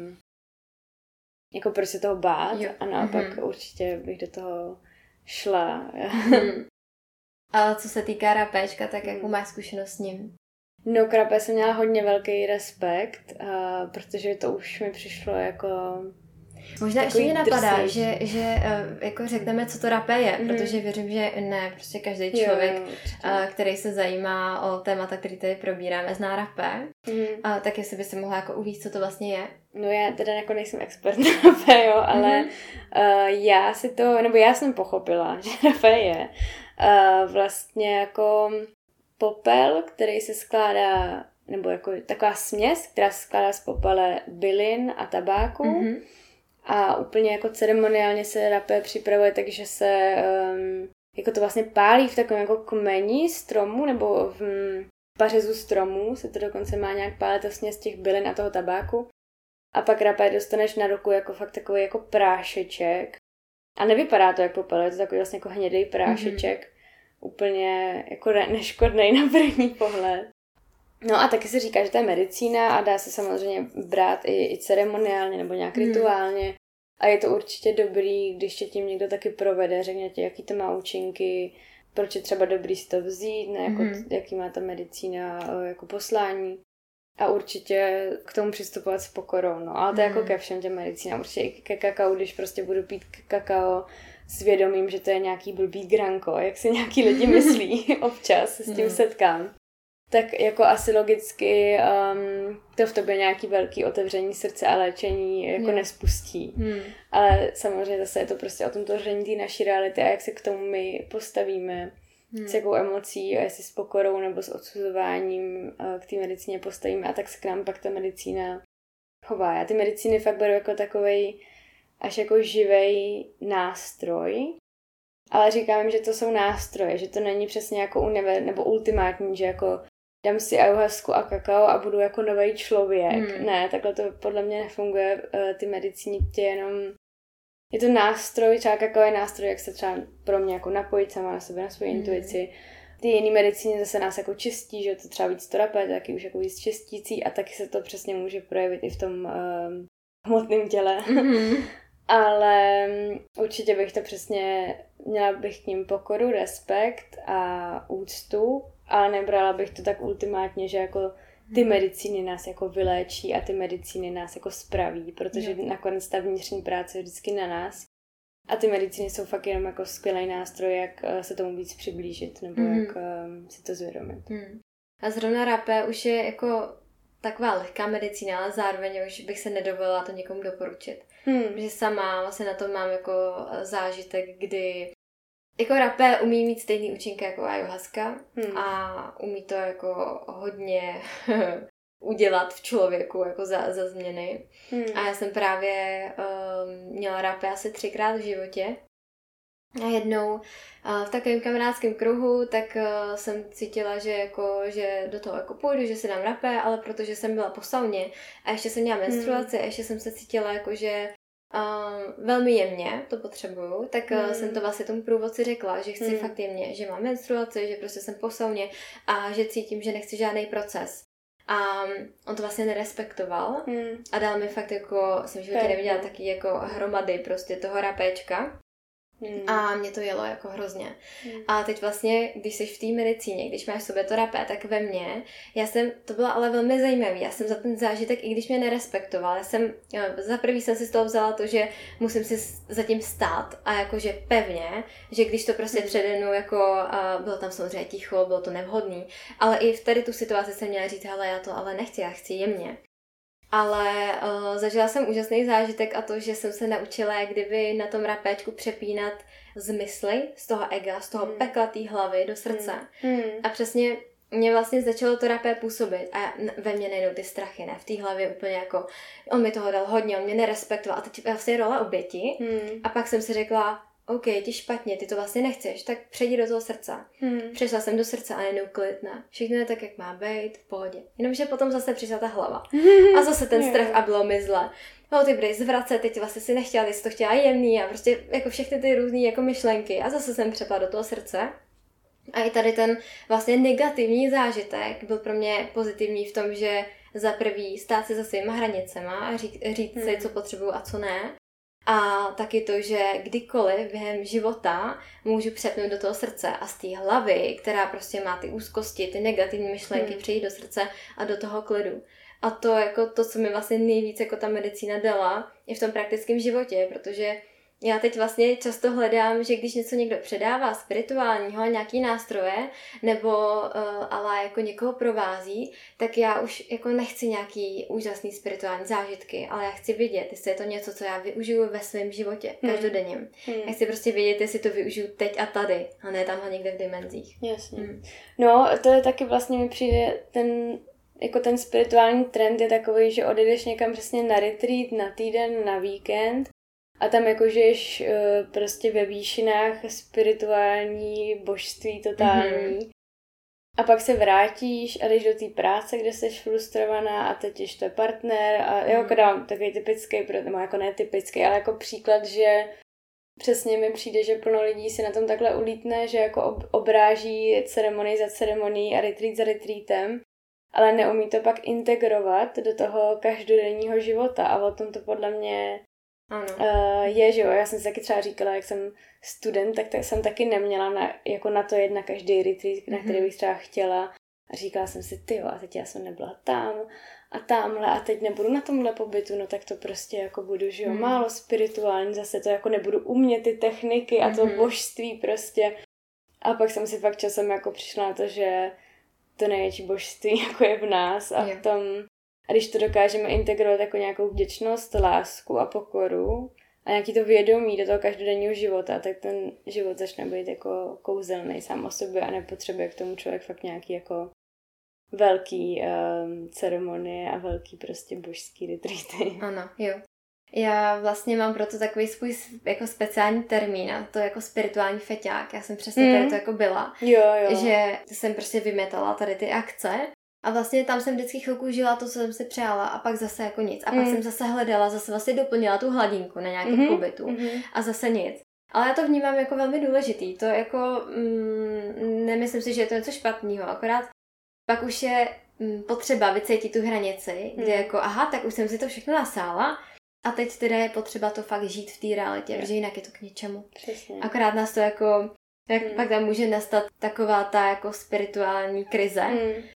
jako prostě toho bát a naopak určitě bych do toho šla. A co se týká rapéčka, tak jakou máš zkušenost s ním? No k rapé jsem měla hodně velký respekt, protože to už mi přišlo jako... Možná ještě mě napadá, že jako řekneme, co to rapé je, protože věřím, že ne prostě každý člověk, který se zajímá o témata, který tady probíráme, zná rapé. Tak jestli by si mohla jako uvíct, co to vlastně je. No já teda jako nejsem expert na rapé, jo, ale já jsem pochopila, že rapé je vlastně jako popel, který se skládá, nebo jako taková směs, která se skládá z popele bylin a tabáku. A úplně jako ceremoniálně se rapé připravuje, takže se jako to vlastně pálí v takovém jako kmeni stromu nebo v pařezu stromů se to dokonce má nějak pálit vlastně z těch bylin a toho tabáku. A pak rapé dostaneš na ruku jako fakt takový jako prášeček. A nevypadá to jak popel, je to takový vlastně jako hnědý prášeček. úplně jako neškodnej na první pohled. No a taky se říká, že to je medicína a dá se samozřejmě brát i ceremoniálně nebo nějak rituálně. A je to určitě dobrý, když tě tím někdo taky provede, řekne ti, jaký to má účinky, proč je třeba dobrý si to vzít, ne, jako, jaký má ta medicína jako poslání. A určitě k tomu přistupovat s pokorou, no. Ale to je jako ke všem těm medicínám. Určitě i ke kakao, když prostě budu pít kakao s vědomím, že to je nějaký blbý granko, jak si nějaký lidi myslí, občas s tím setkám. Tak jako asi logicky to v tobě nějaký velký otevření srdce a léčení jako nespustí. Ale samozřejmě zase je to prostě o tom tvoření té naší reality a jak se k tomu my postavíme, s jakou emocí, a jestli s pokorou nebo s odsuzováním k té medicíně postavíme a tak se k nám pak ta medicína chová. Já ty medicíny fakt beru jako takovej až jako živej nástroj, ale říkám jim, že to jsou nástroje, že to není přesně jako nebo ultimátní, že jako dám si ayahuasku a kakao a budu jako nový člověk. Ne, takhle to podle mě nefunguje. Ty medicíny tě jenom... Je to nástroj, třeba kakao je nástroj, jak se třeba pro mě jako napojit sama na sebe, na svou intuici. Ty jiný medicíny zase nás jako čistí, že to třeba víc terapie, taky už jako víc čistící a taky se to přesně může projevit i v tom hmotném těle. Ale určitě bych to přesně, měla bych k ním pokoru, respekt a úctu, ale nebrala bych to tak ultimátně, že jako ty medicíny nás jako vyléčí a ty medicíny nás jako spraví, protože nakonec ta vnitřní práce je vždycky na nás. A ty medicíny jsou fakt jenom jako skvělý nástroj, jak se tomu víc přiblížit, nebo jak si to zvědomit. A zrovna rapé už je jako taková lehká medicína, ale zároveň už bych se nedovolila to někomu doporučit. Protože sama vlastně na tom mám jako zážitek, kdy jako rapé umí mít stejný účinky jako ayahuasca a umí to jako hodně udělat v člověku jako za změny. A já jsem právě měla rapé asi 3krát v životě. A jednou v takovém kamarádském kruhu, tak jsem cítila, že do toho jako půjdu, že si dám rapé, ale protože jsem byla po sauně a ještě jsem měla menstruaci a ještě jsem se cítila jako, že velmi jemně to potřebuju, tak jsem to vlastně tomu průvodci řekla, že chci fakt jemně, že mám menstruaci, že prostě jsem po sauně a že cítím, že nechci žádný proces. A on to vlastně nerespektoval a dal mi fakt jako, jsem v životě neviděla taky jako hromady prostě toho rapéčka. A mě to jelo jako hrozně. A teď vlastně, když jsi v té medicíně, když máš v sobě to rapé, tak ve mně, to bylo ale velmi zajímavé. Já jsem za ten zážitek, i když mě nerespektoval, za prvý jsem si z toho vzala to, že musím si zatím stát a jakože pevně, že když to prostě předenu, jako bylo tam samozřejmě ticho, bylo to nevhodný, ale i v tady tu situaci jsem měla říct, hele, já to ale nechci, já chci jemně. Ale zažila jsem úžasný zážitek a to, že jsem se naučila jak kdyby na tom rapéčku přepínat z mysli, z toho ega, z toho pekla té hlavy do srdce. A přesně mě vlastně začalo to rapé působit a ve mně nejdou ty strachy, ne? V té hlavě úplně jako, on mi toho dal hodně, on mě nerespektoval a teď vlastně rola oběti. A pak jsem si řekla, OK, ti špatně, ty to vlastně nechceš, tak přejdi do toho srdce. Přešla jsem do srdce a najednou klid, ne? Všechno je tak, jak má být, v pohodě. Jenomže potom zase přišla ta hlava. A zase ten strach a bylo mi zle. No, ty budeš zvracet, teď vlastně si nechtěla, ty jsi to chtěla jemný a prostě jako všechny ty různý jako myšlenky. A zase jsem přepla do toho srdce. A i tady ten vlastně negativní zážitek byl pro mě pozitivní v tom, že za prvý stát si za svýma hranicema a říct si, co potřebuju a co ne. A taky to, že kdykoliv během života můžu přepnout do toho srdce a z té hlavy, která prostě má ty úzkosti, ty negativní myšlenky, přejít do srdce a do toho klidu. A to jako to, co mi vlastně nejvíc jako ta medicína dala, je v tom praktickém životě, protože já teď vlastně často hledám, že když něco někdo předává spirituálního, nějaký nástroje, nebo ale jako někoho provází, tak já už jako nechci nějaký úžasný spirituální zážitky, ale já chci vidět, jestli je to něco, co já využiju ve svém životě, každodenním. Já chci prostě vědět, jestli to využiju teď a tady, a ne tamhle někde v dimenzích. Jasně. No, to je taky vlastně mi přijde ten spirituální trend je takový, že odejdeš někam přesně na retreat, na týden, na víkend a tam jako žiješ prostě ve výšinách spirituální božství totální. A pak se vrátíš a jdeš do té práce, kde jsi frustrovaná a teď je partner a jako dám takový typický, nebo jako ne typický, ale jako příklad, že Přesně mi přijde, že plno lidí si na tom takhle ulítne, že jako obráží ceremonii za ceremonií a retreat za retreatem, ale neumí to pak integrovat do toho každodenního života a o tom to podle mě je, že jo. Já jsem si taky třeba říkala, jak jsem student, tak jsem taky neměla jako na to jít na každý retreat, na který bych třeba chtěla. A říkala jsem si, tyjo, a teď já jsem nebyla tam a tamhle a teď nebudu na tomhle pobytu, no tak to prostě jako budu, že jo, málo spirituální, zase to jako nebudu umět ty techniky a to božství prostě. A pak jsem si fakt časem jako přišla na to, že to největší božství jako je v nás a v tom, a když to dokážeme integrovat jako nějakou vděčnost, lásku a pokoru a nějaký to vědomí do toho každodenního života, tak ten život začne být jako kouzelný sám o sobě a nepotřebuje k tomu člověk fakt nějaký jako velký ceremonie a velký prostě božský retreaty. Ano, jo. Já vlastně mám proto takový svůj jako speciální termín a to jako spirituální feťák. Já jsem přesně tady to jako byla. Jo. Že jsem prostě vymetala tady ty akce a vlastně tam jsem vždycky chvilku žila to, co jsem si přála a pak zase jako nic. A pak jsem zase hledala, zase vlastně doplnila tu hladinku na nějaký pobytu a zase nic. Ale já to vnímám jako velmi důležitý. To jako nemyslím si, že je to něco špatného, akorát pak už je potřeba vycítit tu hranici, kde jako aha, tak už jsem si to všechno nasála a teď teda je potřeba to fakt žít v té realitě, protože jinak je to k ničemu. Přesně. Akorát nás to jako, jak pak tam může nastat taková ta jako spirituální krize,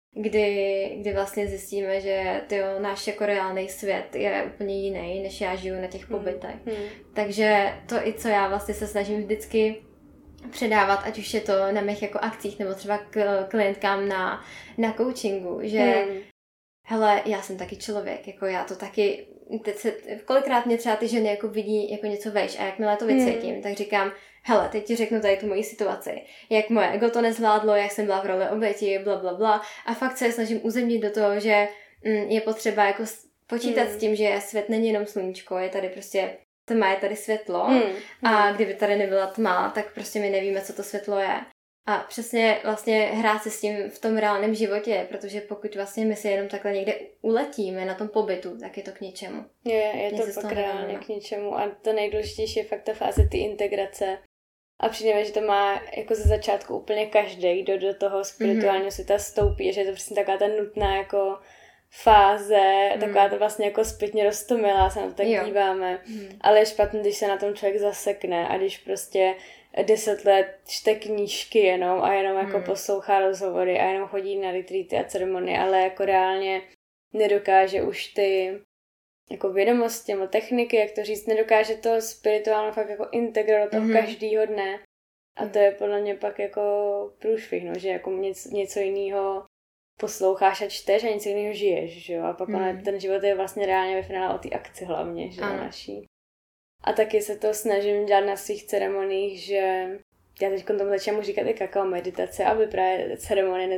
kdy vlastně zjistíme, že náš jako reálný svět je úplně jiný, než já žiju na těch pobytech. Takže to i co já vlastně se snažím vždycky předávat, ať už je to na mých jako akcích nebo třeba k klientkám na coachingu, že hele, já jsem taky člověk, jako já to taky, kolikrát mě třeba ty ženy jako vidí jako něco vejš a jakmile to vycítím, tak říkám, hele, teď ti řeknu tady tu moji situaci, jak moje ego to nezvládlo, jak jsem byla v roli oběti, bla a fakt se snažím uzemnit do toho, že je potřeba jako počítat s tím, že svět není jenom sluníčko, je tady prostě tma, je tady světlo a kdyby tady nebyla tma, tak prostě my nevíme, co to světlo je. A přesně vlastně hrát se s tím v tom reálném životě, protože pokud vlastně my si jenom takhle někde uletíme na tom pobytu, tak je to k ničemu. Je to pak reálně k ničemu a to nejdůležitější je fakt ta fáze ty integrace. A přijde, že to má jako ze začátku úplně každý, kdo do toho spirituálního světa stoupí, že je to prostě taková ta nutná jako fáze, taková to vlastně jako zpětně roztomilá, se na to tak díváme. Ale je špatný, když se na tom člověk zasekne a když prostě 10 let čte knížky jenom a jenom jako poslouchá rozhovory a jenom chodí na retreaty a ceremonie, ale jako reálně nedokáže už ty jako vědomosti nebo techniky, jak to říct, nedokáže to spirituálně fakt jako integrovat do toho každýho dne. A to je podle mě pak jako průšvih, no, že jako něco jiného posloucháš a čteš a něco jiného žiješ, že jo? A pak ten život je vlastně reálně ve finále o té akci hlavně, že naší. A taky se to snažím dělat na svých ceremoniích, že já teď tomu začínám říkat i kakao meditace, aby právě ceremonie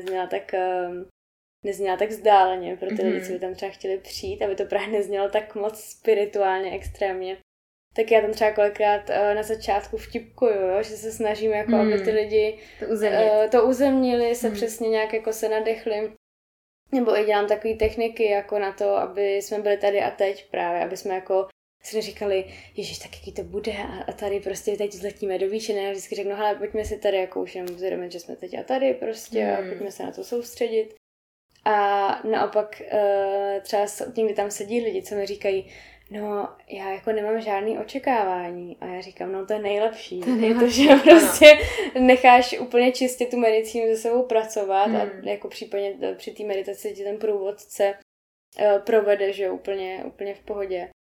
nezněla tak vzdáleně pro ty lidi, co by tam třeba chtěli přijít, aby to právě neznělo tak moc spirituálně, extrémně. Tak já tam třeba kolikrát na začátku vtipkuju, jo? Že se snažím, jako, aby ty lidi to uzemnili, se přesně nějak jako se nadechli. Nebo i dělám takové techniky jako na to, aby jsme byli tady a teď právě, aby jsme jako si neříkali, ježiš, tak jaký to bude a tady prostě teď zletíme do výše, ne? Já vždycky řeknu, hele, pojďme si tady jako už jenom uvědomit, že jsme teď a tady prostě a pojďme se na to soustředit. A naopak třeba někdy tam sedí lidi, co mi říkají, no, já jako nemám žádný očekávání. A já říkám, no to je nejlepší. Protože prostě necháš úplně čistě tu medicínu se sebou pracovat a jako případně při té meditaci ti ten průvodce provede, že úplně v pohodě.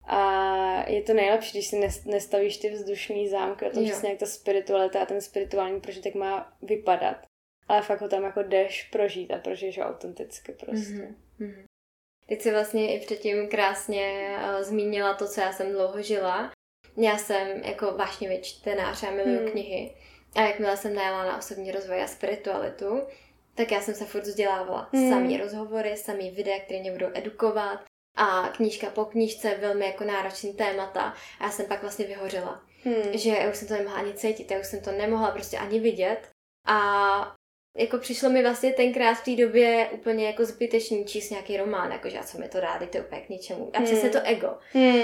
A je to nejlepší, když si nestavíš ty vzdušný zámky o tom, přesně jak ta spiritualita a ten spirituální prožitek má vypadat. Ale fakt ho tam jako jdeš prožít a prožiješ ho autenticky prostě. Teď jsi vlastně i předtím krásně zmínila to, co já jsem dlouho žila. Já jsem jako vášnivý čtenář a miluju knihy. A jakmile jsem najela na osobní rozvoj a spiritualitu, tak já jsem se furt vzdělávala. Samý rozhovory, samý videa, které mě budou edukovat. A knížka po knížce, velmi jako náročný témata. A já jsem pak vlastně vyhořela. Že já už jsem to nemohla ani cítit, já už jsem to nemohla prostě ani vidět. A jako přišlo mi vlastně tenkrát v té době úplně jako zbytečný číst nějaký román, jakože a co mi to dá, teď to je úplně k ničemu. A přesně to ego.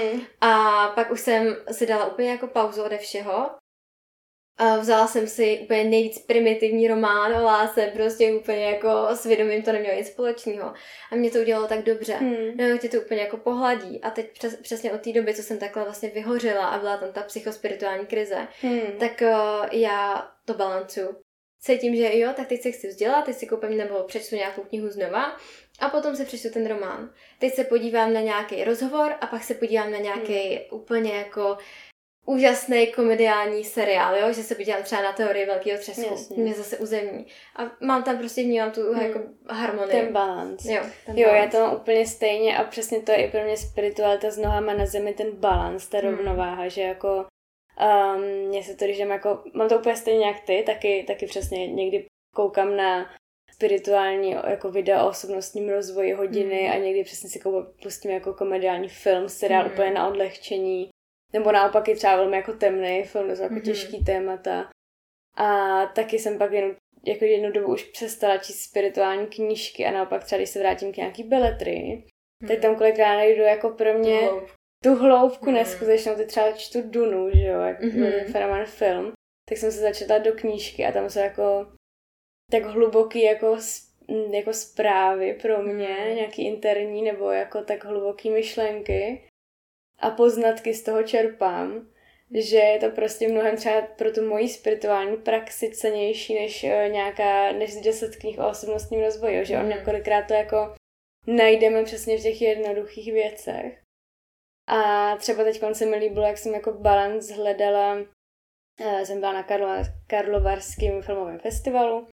A pak už jsem si dala úplně jako pauzu ode všeho. A vzala jsem si úplně nejvíc primitivní román o lásce, prostě úplně jako svědomím to nemělo nic společného. A mě to udělalo tak dobře. No, tě to úplně jako pohladí. A teď přesně od té doby, co jsem takhle vlastně vyhořela a byla tam ta psychospirituální krize, tak já to balancuju. Cítím, že jo, tak teď se chci vzdělat, teď si koupím nebo přečtu nějakou knihu znova a potom se přečtu ten román. Teď se podívám na nějaký rozhovor a pak se podívám na nějaký úplně jako úžasný komediální seriál, jo? Že se podívám třeba na teorii velkého třesku. Mě zase uzemní. A mám tam prostě vnímám tu jako harmonii. Ten balans. Jo, já to mám úplně stejně a přesně to je i pro mě spiritualita s nohama na zemi, ten balans, ta rovnováha, že jako mně se to, když jako, mám to úplně stejně jak ty, taky přesně někdy koukám na spirituální jako video o osobnostním rozvoji hodiny a někdy přesně si pustím jako komediální film, seriál úplně na odlehčení, nebo naopak i třeba velmi jako temný film, to jsou jako těžký témata. A taky jsem pak jako jednu dobu už přestala číst spirituální knížky a naopak třeba když se vrátím k nějaký beletrii, tak tam kolikrát najdu jako pro mě tu hloubku neskutečnou, ty třeba čtu Dunu, že jo, jak fenomén film, tak jsem se začala do knížky a tam jsou jako tak hluboký jako zprávy pro mě, nějaký interní nebo jako tak hluboký myšlenky a poznatky z toho čerpám, že je to prostě mnohem třeba pro tu moji spirituální praxi cennější než 10 knih o osobnostním rozvoji, že on několikrát to jako najdeme přesně v těch jednoduchých věcech. A třeba teď se mi líbilo, jak jsem jako balans hledala, jsem byla na Karlovarském filmovém festivalu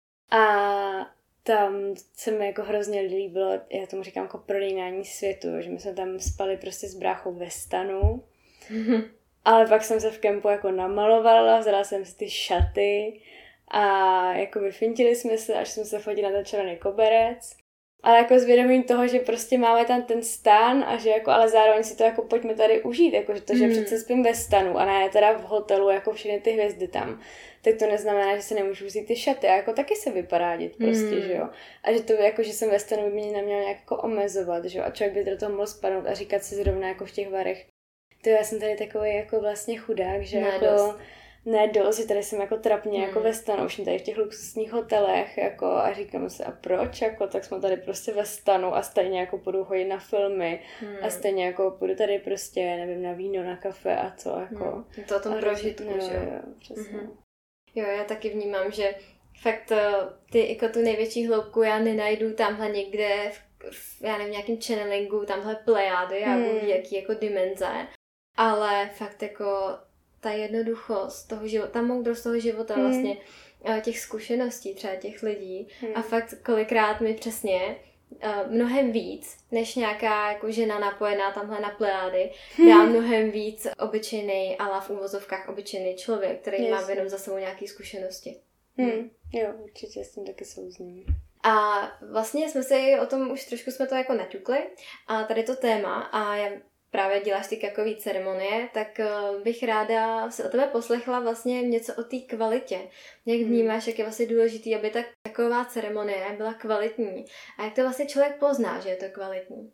a tam se mi jako hrozně líbilo, já tomu říkám jako prolínání světu, že my jsme tam spali prostě s bráchou ve stanu, ale pak jsem se v kempu jako namalovala, vzala jsem si ty šaty a jako vyfintili jsme se, až jsme se fotili na ten červený koberec. Ale jako s vědomím toho, že prostě máme tam ten stan a že jako, ale zároveň si to jako pojďme tady užít, jako že to, že přece spím ve stanu a ne teda v hotelu, jako všechny ty hvězdy tam, tak to neznamená, že si nemůžu vzít ty šaty a jako taky se vyparádit prostě, že jo. A že to jako, že jsem ve stanu by mě neměla nějak jako omezovat, že jo. A člověk by do toho mohl spadnout a říkat si zrovna jako v těch varech, to já jsem tady takový jako vlastně chudák, že ne, jako ne dost, že tady jsem jako trapně jako ve stanu, už tady v těch luxusních hotelech jako a říkám si a proč, jako tak jsme tady prostě ve stanu a stejně jako půjdu chodit na filmy a stejně jako půjdu tady prostě, nevím, na víno, na kafe a co jako. To o tom prožitku, že jo. Jo, přesně. Jo, já taky vnímám, že fakt ty jako tu největší hloubku já nenajdu tamhle někde já nevím, nějakým channelingu, tamhle plejády a jaký jako dimenze, ale fakt jako ta jednoduchost toho života, ta moudrost toho života vlastně, těch zkušeností třeba těch lidí a fakt kolikrát mi přesně mnohem víc, než nějaká jako žena napojená tamhle na plejády, dá mnohem víc obyčejnej, ale v uvozovkách obyčejný člověk, který má jenom za sebou nějaké zkušenosti. Jo, určitě s tím taky souzním. A vlastně jsme si o tom už trošku jsme to jako naťukli a tady to téma a já právě děláš ty kakový ceremonie, tak bych ráda se o tebe poslechla vlastně něco o té kvalitě. Jak vnímáš, jak je vlastně důležitý, aby ta kaková ceremonie byla kvalitní a jak to vlastně člověk pozná, že je to kvalitní?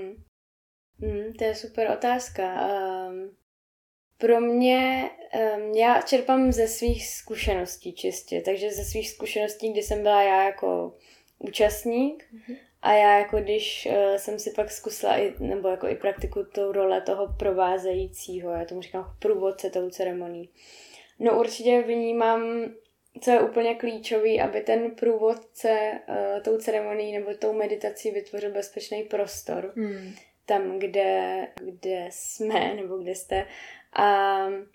To je super otázka. Pro mě, já čerpám ze svých zkušeností čistě, takže ze svých zkušeností, kdy jsem byla já jako účastník a já jako když jsem si pak zkusila nebo jako i praktikuju tu role toho provázejícího, já tomu říkám průvodce tou ceremonií. No určitě vnímám, co je úplně klíčový, aby ten průvodce tou ceremonií nebo tou meditací vytvořil bezpečný prostor tam, kde jsme nebo kde jste. A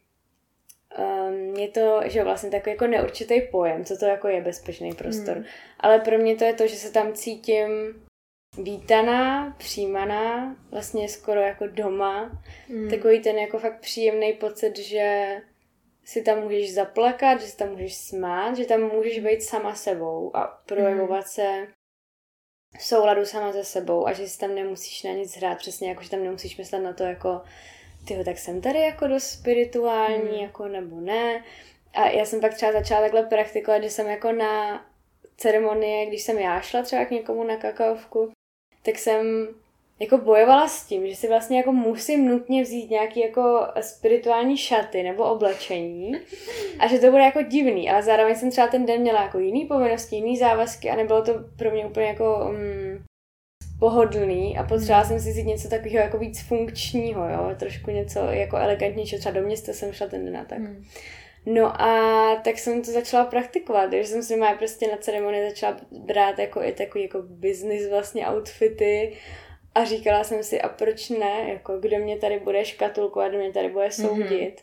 je to, že vlastně takový jako neurčitý pojem, co to jako je bezpečný prostor. Ale pro mě to je to, že se tam cítím vítaná, přijímaná, vlastně skoro jako doma. Takový ten jako fakt příjemný pocit, že si tam můžeš zaplakat, že si tam můžeš smát, že tam můžeš být sama sebou a projevovat se v souladu sama se sebou a že si tam nemusíš na nic hrát, přesně jako, že tam nemusíš myslet na to jako tyjo, tak jsem tady jako dost spirituální, jako nebo ne. A já jsem pak třeba začala takhle praktikovat, že jsem jako ceremonie, když jsem já šla třeba k někomu na kakaovku, tak jsem jako bojovala s tím, že si vlastně jako musím nutně vzít nějaký jako spirituální šaty nebo oblečení a že to bude jako divný, ale zároveň jsem třeba ten den měla jako jiný povinnosti, jiný závazky a nebylo to pro mě úplně jako pohodlný a potřebovala jsem si vzít něco takového jako víc funkčního, jo, trošku něco jako elegantnějšího, třeba do města jsem šla ten den a tak. No a tak jsem to začala praktikovat, takže jsem si prostě na ceremonii začala brát jako i takový jako business vlastně outfity a říkala jsem si, a proč ne, jako kdo mě tady bude škatulkovat, kdo mě tady bude soudit.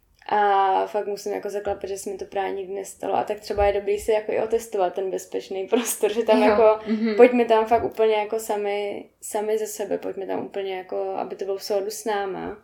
A fakt musím jako zaklapat, že se mi to právě nikdy nestalo. A tak třeba je dobrý si jako i otestovat ten bezpečný prostor, že tam jako pojďme tam fakt úplně jako sami ze sebe, pojďme tam úplně jako, aby to bylo v souladu s náma.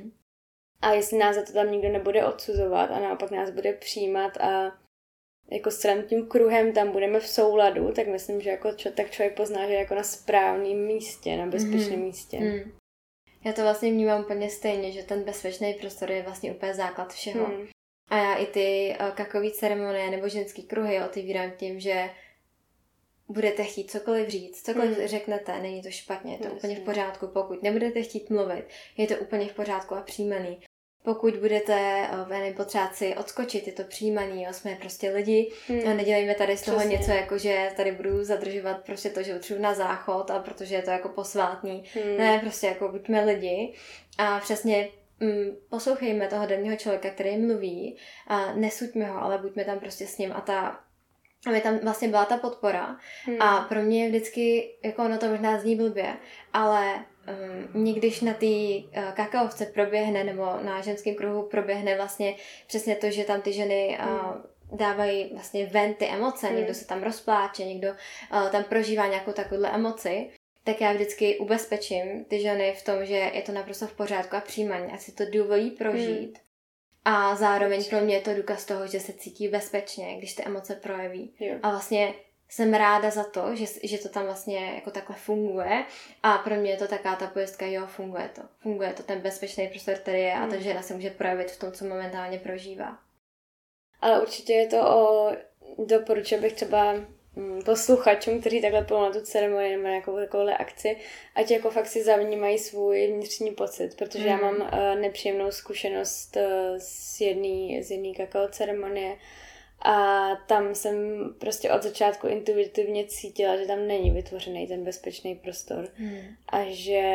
A jestli nás za to tam nikdo nebude odsuzovat a naopak nás bude přijímat a jako s tím kruhem tam budeme v souladu, tak myslím, že jako tak člověk pozná, že je jako na správném místě, na bezpečném místě. Já to vlastně vnímám úplně stejně, že ten bezpečný prostor je vlastně úplně základ všeho. A já i ty kakaový ceremonie nebo ženský kruhy otevírám tím, že budete chtít cokoliv říct, cokoliv řeknete, není to špatně, je to úplně v pořádku. Pokud nebudete chtít mluvit, je to úplně v pořádku a přijímaný. Pokud budete potřebovat si odskočit, je to přijímaný, jo, jsme prostě lidi a nedělejme tady z toho něco, jako že tady budu zadržovat prostě to, že potřebuji na záchod a protože je to jako posvátný. Ne, prostě jako buďme lidi a přesně poslouchejme toho denního člověka, který mluví a nesuďme ho, ale buďme tam prostě s ním aby tam vlastně byla ta podpora. A pro mě je vždycky, jako ono to možná zní blbě, ale když na té kakaovce proběhne, nebo na ženském kruhu proběhne vlastně přesně to, že tam ty ženy dávají vlastně ven ty emoce, někdo se tam rozpláče, někdo tam prožívá nějakou takovouhle emoci, tak já vždycky ubezpečím ty ženy v tom, že je to naprosto v pořádku a přijímaný a si to dovolí prožít. A zároveň pro mě je to důkaz toho, že se cítí bezpečně, když ty emoce projeví. A vlastně jsem ráda za to, že to tam vlastně jako takhle funguje a pro mě je to taková ta pojistka, jo, funguje to ten bezpečný prostor, který je a ta žena se může projevit v tom, co momentálně prožívá. Ale určitě je to doporučil bych třeba posluchačům, kteří takhle půjdou na tu ceremonii nebo nějakou takovouhle akci, ať jako fakt si zavnímají svůj vnitřní pocit, protože já mám nepříjemnou zkušenost z jedné kakao ceremonie a tam jsem prostě od začátku intuitivně cítila, že tam není vytvořený ten bezpečný prostor a že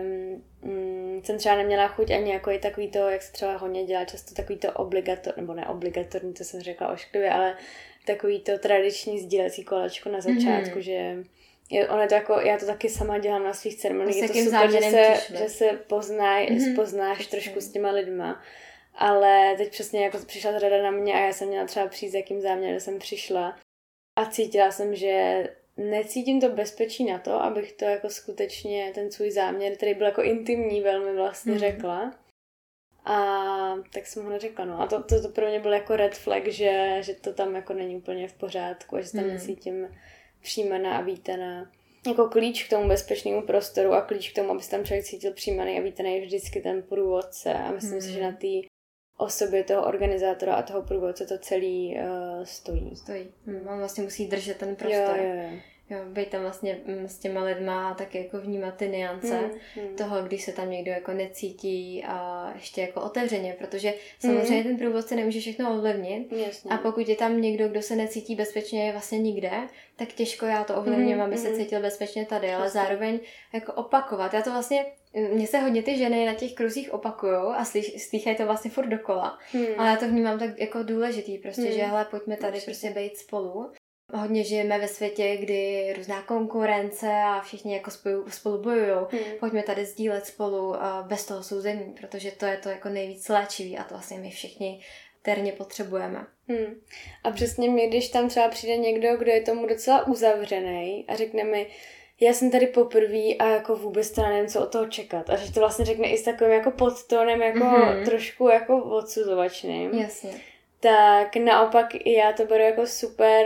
jsem třeba neměla chuť ani jako i takový to, jak se třeba hodně dělá často takový to nebo neobligatorní, to jsem řekla ošklivě, ale takový to tradiční sdílecí kolečko na začátku, že ono je to jako, já to taky sama dělám na svých ceremoniích, je to super, že se poznáš trošku s těma lidma, ale teď přesně jako přišla řada na mě a já jsem měla třeba přijít, s jakým záměrem jsem přišla a cítila jsem, že necítím to bezpečí na to, abych to jako skutečně ten svůj záměr, který byl jako intimní, velmi vlastně řekla. A tak jsem ho neřekla, no. A to pro mě byl jako red flag, že to tam jako není úplně v pořádku a že se tam necítím přijímaná a vítaná. Jako klíč k tomu bezpečnému prostoru a klíč k tomu, aby se tam člověk cítil přijímaný a vítaný, je vždycky ten průvodce. A myslím si, že na té osobě toho organizátora a toho průvodce to celý stojí. On vlastně musí držet ten prostor. Jo, být tam vlastně s těma lidma a taky jako vnímat ty nuance toho, když se tam někdo jako necítí a ještě jako otevřeně, protože samozřejmě ten průvodce nemůže všechno ovlivnit. Jasně. A pokud je tam někdo, kdo se necítí bezpečně vlastně nikde, tak těžko já to ovlivním, aby se cítil bezpečně tady, ale zároveň jako opakovat. Já to vlastně, mně se hodně ty ženy na těch kruzích opakujou a slýchají to vlastně furt dokola. Ale já to vnímám tak jako důležitý, prostě, že hele, pojďme tady prostě být spolu. Hodně žijeme ve světě, kdy různá konkurence a všichni jako spolu bojujou. Pojďme tady sdílet spolu bez toho souzení, protože to je to jako nejvíc léčivý a to vlastně my všichni terně potřebujeme. A přesně mě, když tam třeba přijde někdo, kdo je tomu docela uzavřený a řekne mi, já jsem tady poprvé a jako vůbec to nevím, co od toho čekat. A že to vlastně řekne i s takovým jako podtónem, jako trošku jako odsuzovačným. Jasně. Tak naopak já to beru jako super,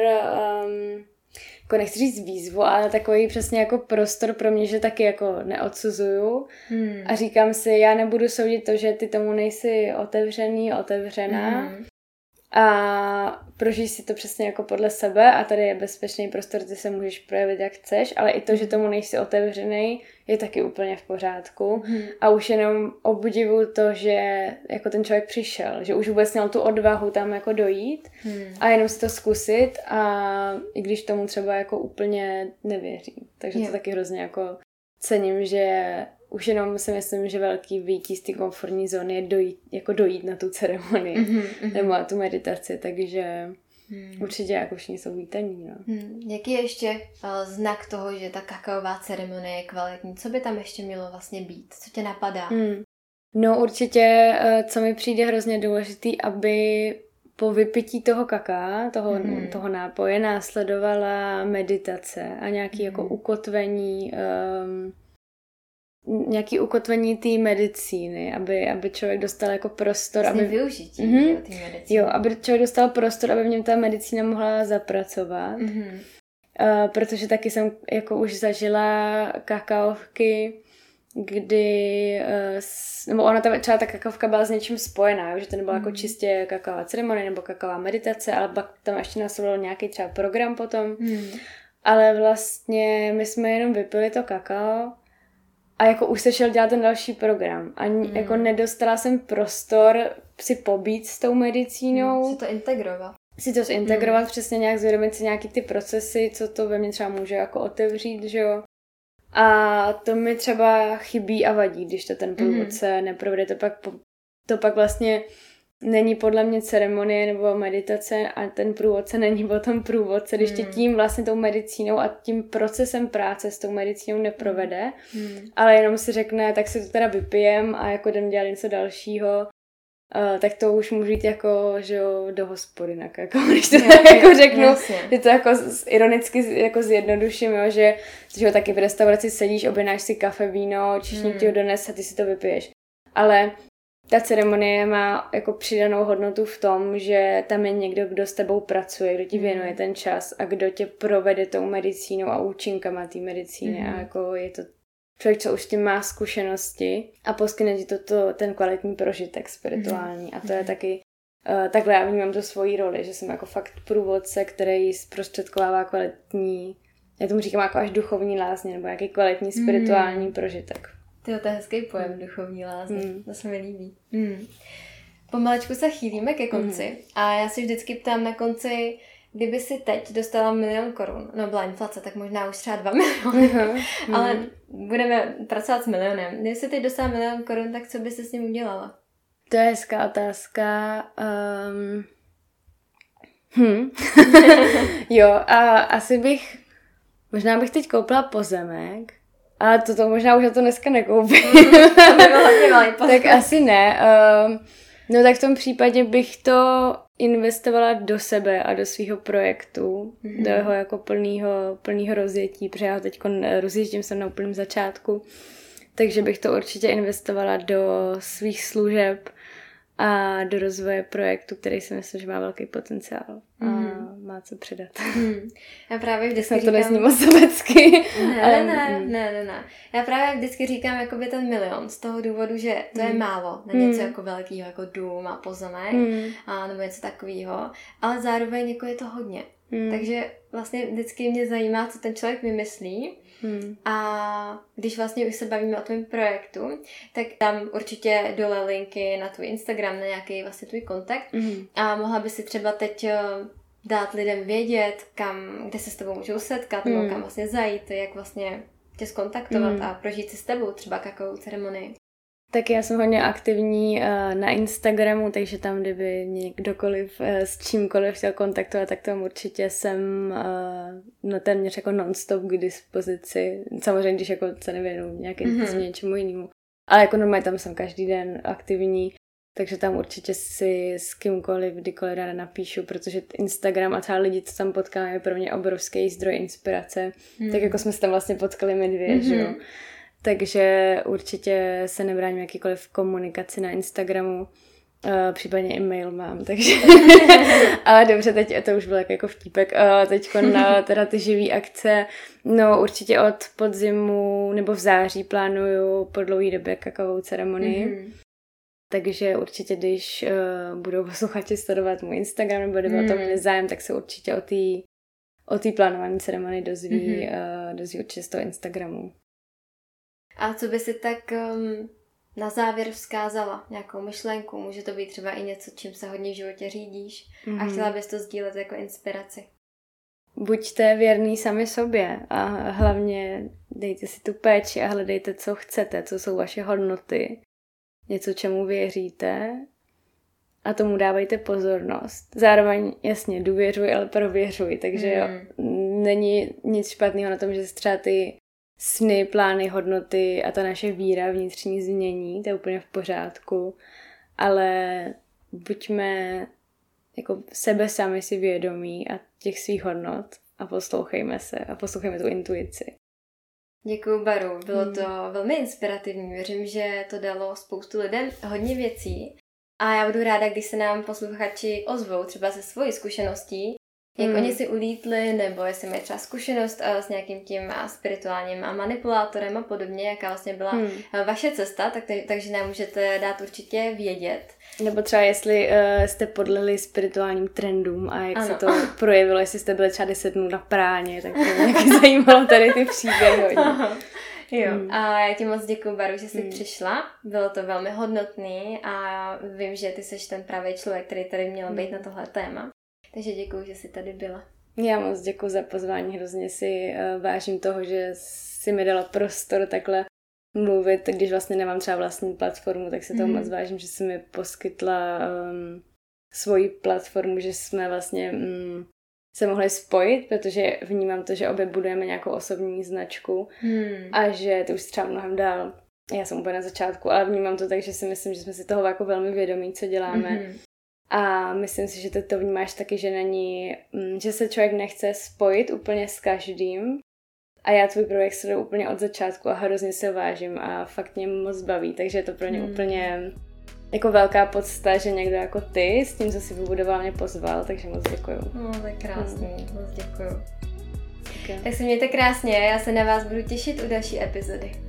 jako nechci říct výzvu, ale takový přesně jako prostor pro mě, že taky jako neodsuzuju a říkám si, já nebudu soudit to, že ty tomu nejsi otevřená a prožij si to přesně jako podle sebe a tady je bezpečný prostor, ty se můžeš projevit jak chceš, ale i to, že tomu nejsi otevřený, je taky úplně v pořádku a už jenom obdivuju to, že jako ten člověk přišel, že už vůbec měl tu odvahu tam jako dojít a jenom si to zkusit a i když tomu třeba jako úplně nevěří. Takže to taky hrozně jako cením, že už jenom si myslím, že velký výjití z té komfortní zóny je dojít na tu ceremonii nebo na tu meditaci, takže určitě jako všichni jsou vítaní. No. Jaký je ještě znak toho, že ta kakaová ceremonie je kvalitní? Co by tam ještě mělo vlastně být? Co tě napadá? No určitě, co mi přijde hrozně důležitý, aby po vypití toho kaká, toho nápoje, následovala meditace a nějaký jako ukotvení nějaký ukotvení té medicíny, aby člověk dostal jako prostor, aby využití té medicíny. Jo, aby člověk dostal prostor, aby v něm ta medicína mohla zapracovat. Protože taky jsem jako už zažila kakaovky, kdy nebo ona třeba ta kakaovka byla s něčím spojená, že to nebyla jako čistě kakaová ceremonie nebo kakaová meditace, ale pak tam ještě následoval nějaký třeba program potom. Ale vlastně my jsme jenom vypili to kakao a jako už se šel dělat ten další program. A jako nedostala jsem prostor si pobít s tou medicínou. Si to zintegrovat, přesně nějak zvědomit si nějaký ty procesy, co to ve mně třeba může jako otevřít, že jo. A to mi třeba chybí a vadí, když to ten průvodce neprovede. To pak vlastně není podle mě ceremonie nebo meditace a ten průvodce není potom průvodce, když tě tím vlastně tou medicínou a tím procesem práce s tou medicínou neprovede, ale jenom si řekne, tak si to teda vypijem a jako jdem dělat něco dalšího, tak to už můžu jít jako, že jo, do hospody na kakao, když to jako řeknu, že to jako ironicky jako zjednoduším, jo, že jo, taky v restauraci sedíš, objednáš si kafe, víno, čišník ti ho dones a ty si to vypiješ. Ale ta ceremonie má jako přidanou hodnotu v tom, že tam je někdo, kdo s tebou pracuje, kdo ti věnuje ten čas a kdo tě provede tou medicínou a účinkama té medicíny a jako je to člověk, co už s tím má zkušenosti a poskytne ti ten kvalitní prožitek spirituální a to je taky takhle já vnímám tu svoji roli, že jsem jako fakt průvodce, který zprostředkovává kvalitní, já tomu říkám jako až duchovní lázně nebo nějaký kvalitní spirituální prožitek. Tyjo, to je hezký pojem, duchovní lázně. To se mi líbí. Pomalečku se chýlíme ke konci a já si vždycky ptám na konci, kdyby si teď dostala 1 000 000 korun, no byla inflace, tak možná už třeba 2 miliony, ale budeme pracovat s milionem. Kdyby si teď dostala 1 000 000 korun, tak co by si s ním udělala? To je hezká otázka. Jo, a asi možná bych teď koupila pozemek, ale to možná už na to dneska nekoupím. Tak asi ne. No tak v tom případě bych to investovala do sebe a do svého projektu, do jeho jako plného rozjetí, protože já teď rozjíždím jsem na úplném začátku, takže bych to určitě investovala do svých služeb a do rozvoje projektu, který si myslím, že má velký potenciál a má co přidat. Já právě vždycky říkám... to nezní moc sobecky. Ne. Já právě vždycky říkám jakoby ten 1 000 000 z toho důvodu, že to je málo na něco jako velkýho, jako dům a pozemek a nebo něco takového, ale zároveň jako je to hodně. Takže vlastně vždycky mě zajímá, co ten člověk vymyslí. A když vlastně už se bavíme o tvém projektu, tak tam určitě dole linky na tvůj Instagram, na nějaký vlastně tvůj kontakt a mohla by si třeba teď dát lidem vědět, kde se s tebou můžou setkat, nebo kam vlastně zajít, jak vlastně tě zkontaktovat a prožít si s tebou třeba kakaovou ceremonii. Tak já jsem hodně aktivní na Instagramu, takže tam, kdyby někdokoliv s čímkoliv chtěl kontaktovat, tak tam určitě jsem téměř jako non-stop k dispozici. Samozřejmě, když jako se nevěnu něčemu jinému. Ale jako normálně tam jsem každý den aktivní, takže tam určitě si s kýmkoliv, kdykoliv ráda napíšu, protože Instagram a třeba lidi, co tam potkám, je pro mě obrovský zdroj inspirace. Tak jako jsme se tam vlastně potkali my dvě, že jo. Takže určitě se nebráním jakýkoliv komunikaci na Instagramu, případně e-mail mám, takže... Ale dobře, teď to už byl jako vtípek. Teďko na teda ty živý akce, no určitě od podzimu nebo v září plánuju po dlouhé době kakaovou ceremonii. Takže určitě, když budou posluchači sledovat můj Instagram nebo kdyby o tom měli zájem, tak se určitě o té plánované ceremonii dozví určitě z toho Instagramu. A co by si tak na závěr vzkázala? Nějakou myšlenku? Může to být třeba i něco, čím se hodně v životě řídíš a chtěla bys to sdílet jako inspiraci. Buďte věrný sami sobě a hlavně dejte si tu péči a hledejte, co chcete, co jsou vaše hodnoty, něco, čemu věříte a tomu dávejte pozornost. Zároveň jasně důvěřuj, ale prověřuj, takže není nic špatného na tom, že se třeba ty sny, plány, hodnoty a ta naše víra vnitřní změní, to je úplně v pořádku, ale buďme jako sebe sami si vědomí a těch svých hodnot a poslouchejme se a poslouchejme tu intuici. Děkuju, Baru, bylo to velmi inspirativní, věřím, že to dalo spoustu lidem hodně věcí a já budu ráda, když se nám posluchači ozvou třeba se svojí zkušeností, jak oni si ulítli, nebo jestli mají třeba zkušenost s nějakým tím spirituálním manipulátorem a podobně, jaká vlastně byla vaše cesta, takže nám můžete dát určitě vědět. Nebo třeba jestli jste podlehli spirituálním trendům a jak se to projevilo, jestli jste byli třeba 10 dnů na práně, tak to mě zajímalo tady ty příběhy. Jo, a já ti moc děkuju, Baru, že jsi přišla. Bylo to velmi hodnotný a vím, že ty jsi ten pravý člověk, který tady měl být na tohle téma. Takže děkuju, že jsi tady byla. Já moc děkuju za pozvání, hrozně si vážím toho, že jsi mi dala prostor takhle mluvit, když vlastně nemám třeba vlastní platformu, tak si toho moc vážím, že jsi mi poskytla svoji platformu, že jsme vlastně se mohli spojit, protože vnímám to, že obě budujeme nějakou osobní značku a že ty už jsi třeba mnohem dál. Já jsem úplně na začátku, ale vnímám to tak, že si myslím, že jsme si toho jako velmi vědomí, co děláme. A myslím si, že to vnímáš taky, že se člověk nechce spojit úplně s každým. A já tvůj projekt sleduju úplně od začátku a hrozně se vážím a fakt mě moc baví, takže je to pro ně úplně jako velká podsta, že někdo jako ty s tím, co si vybudoval, mě pozval, takže moc děkuju. No, to je krásný, moc děkuju. Okay. Tak se mějte krásně, já se na vás budu těšit u další epizody.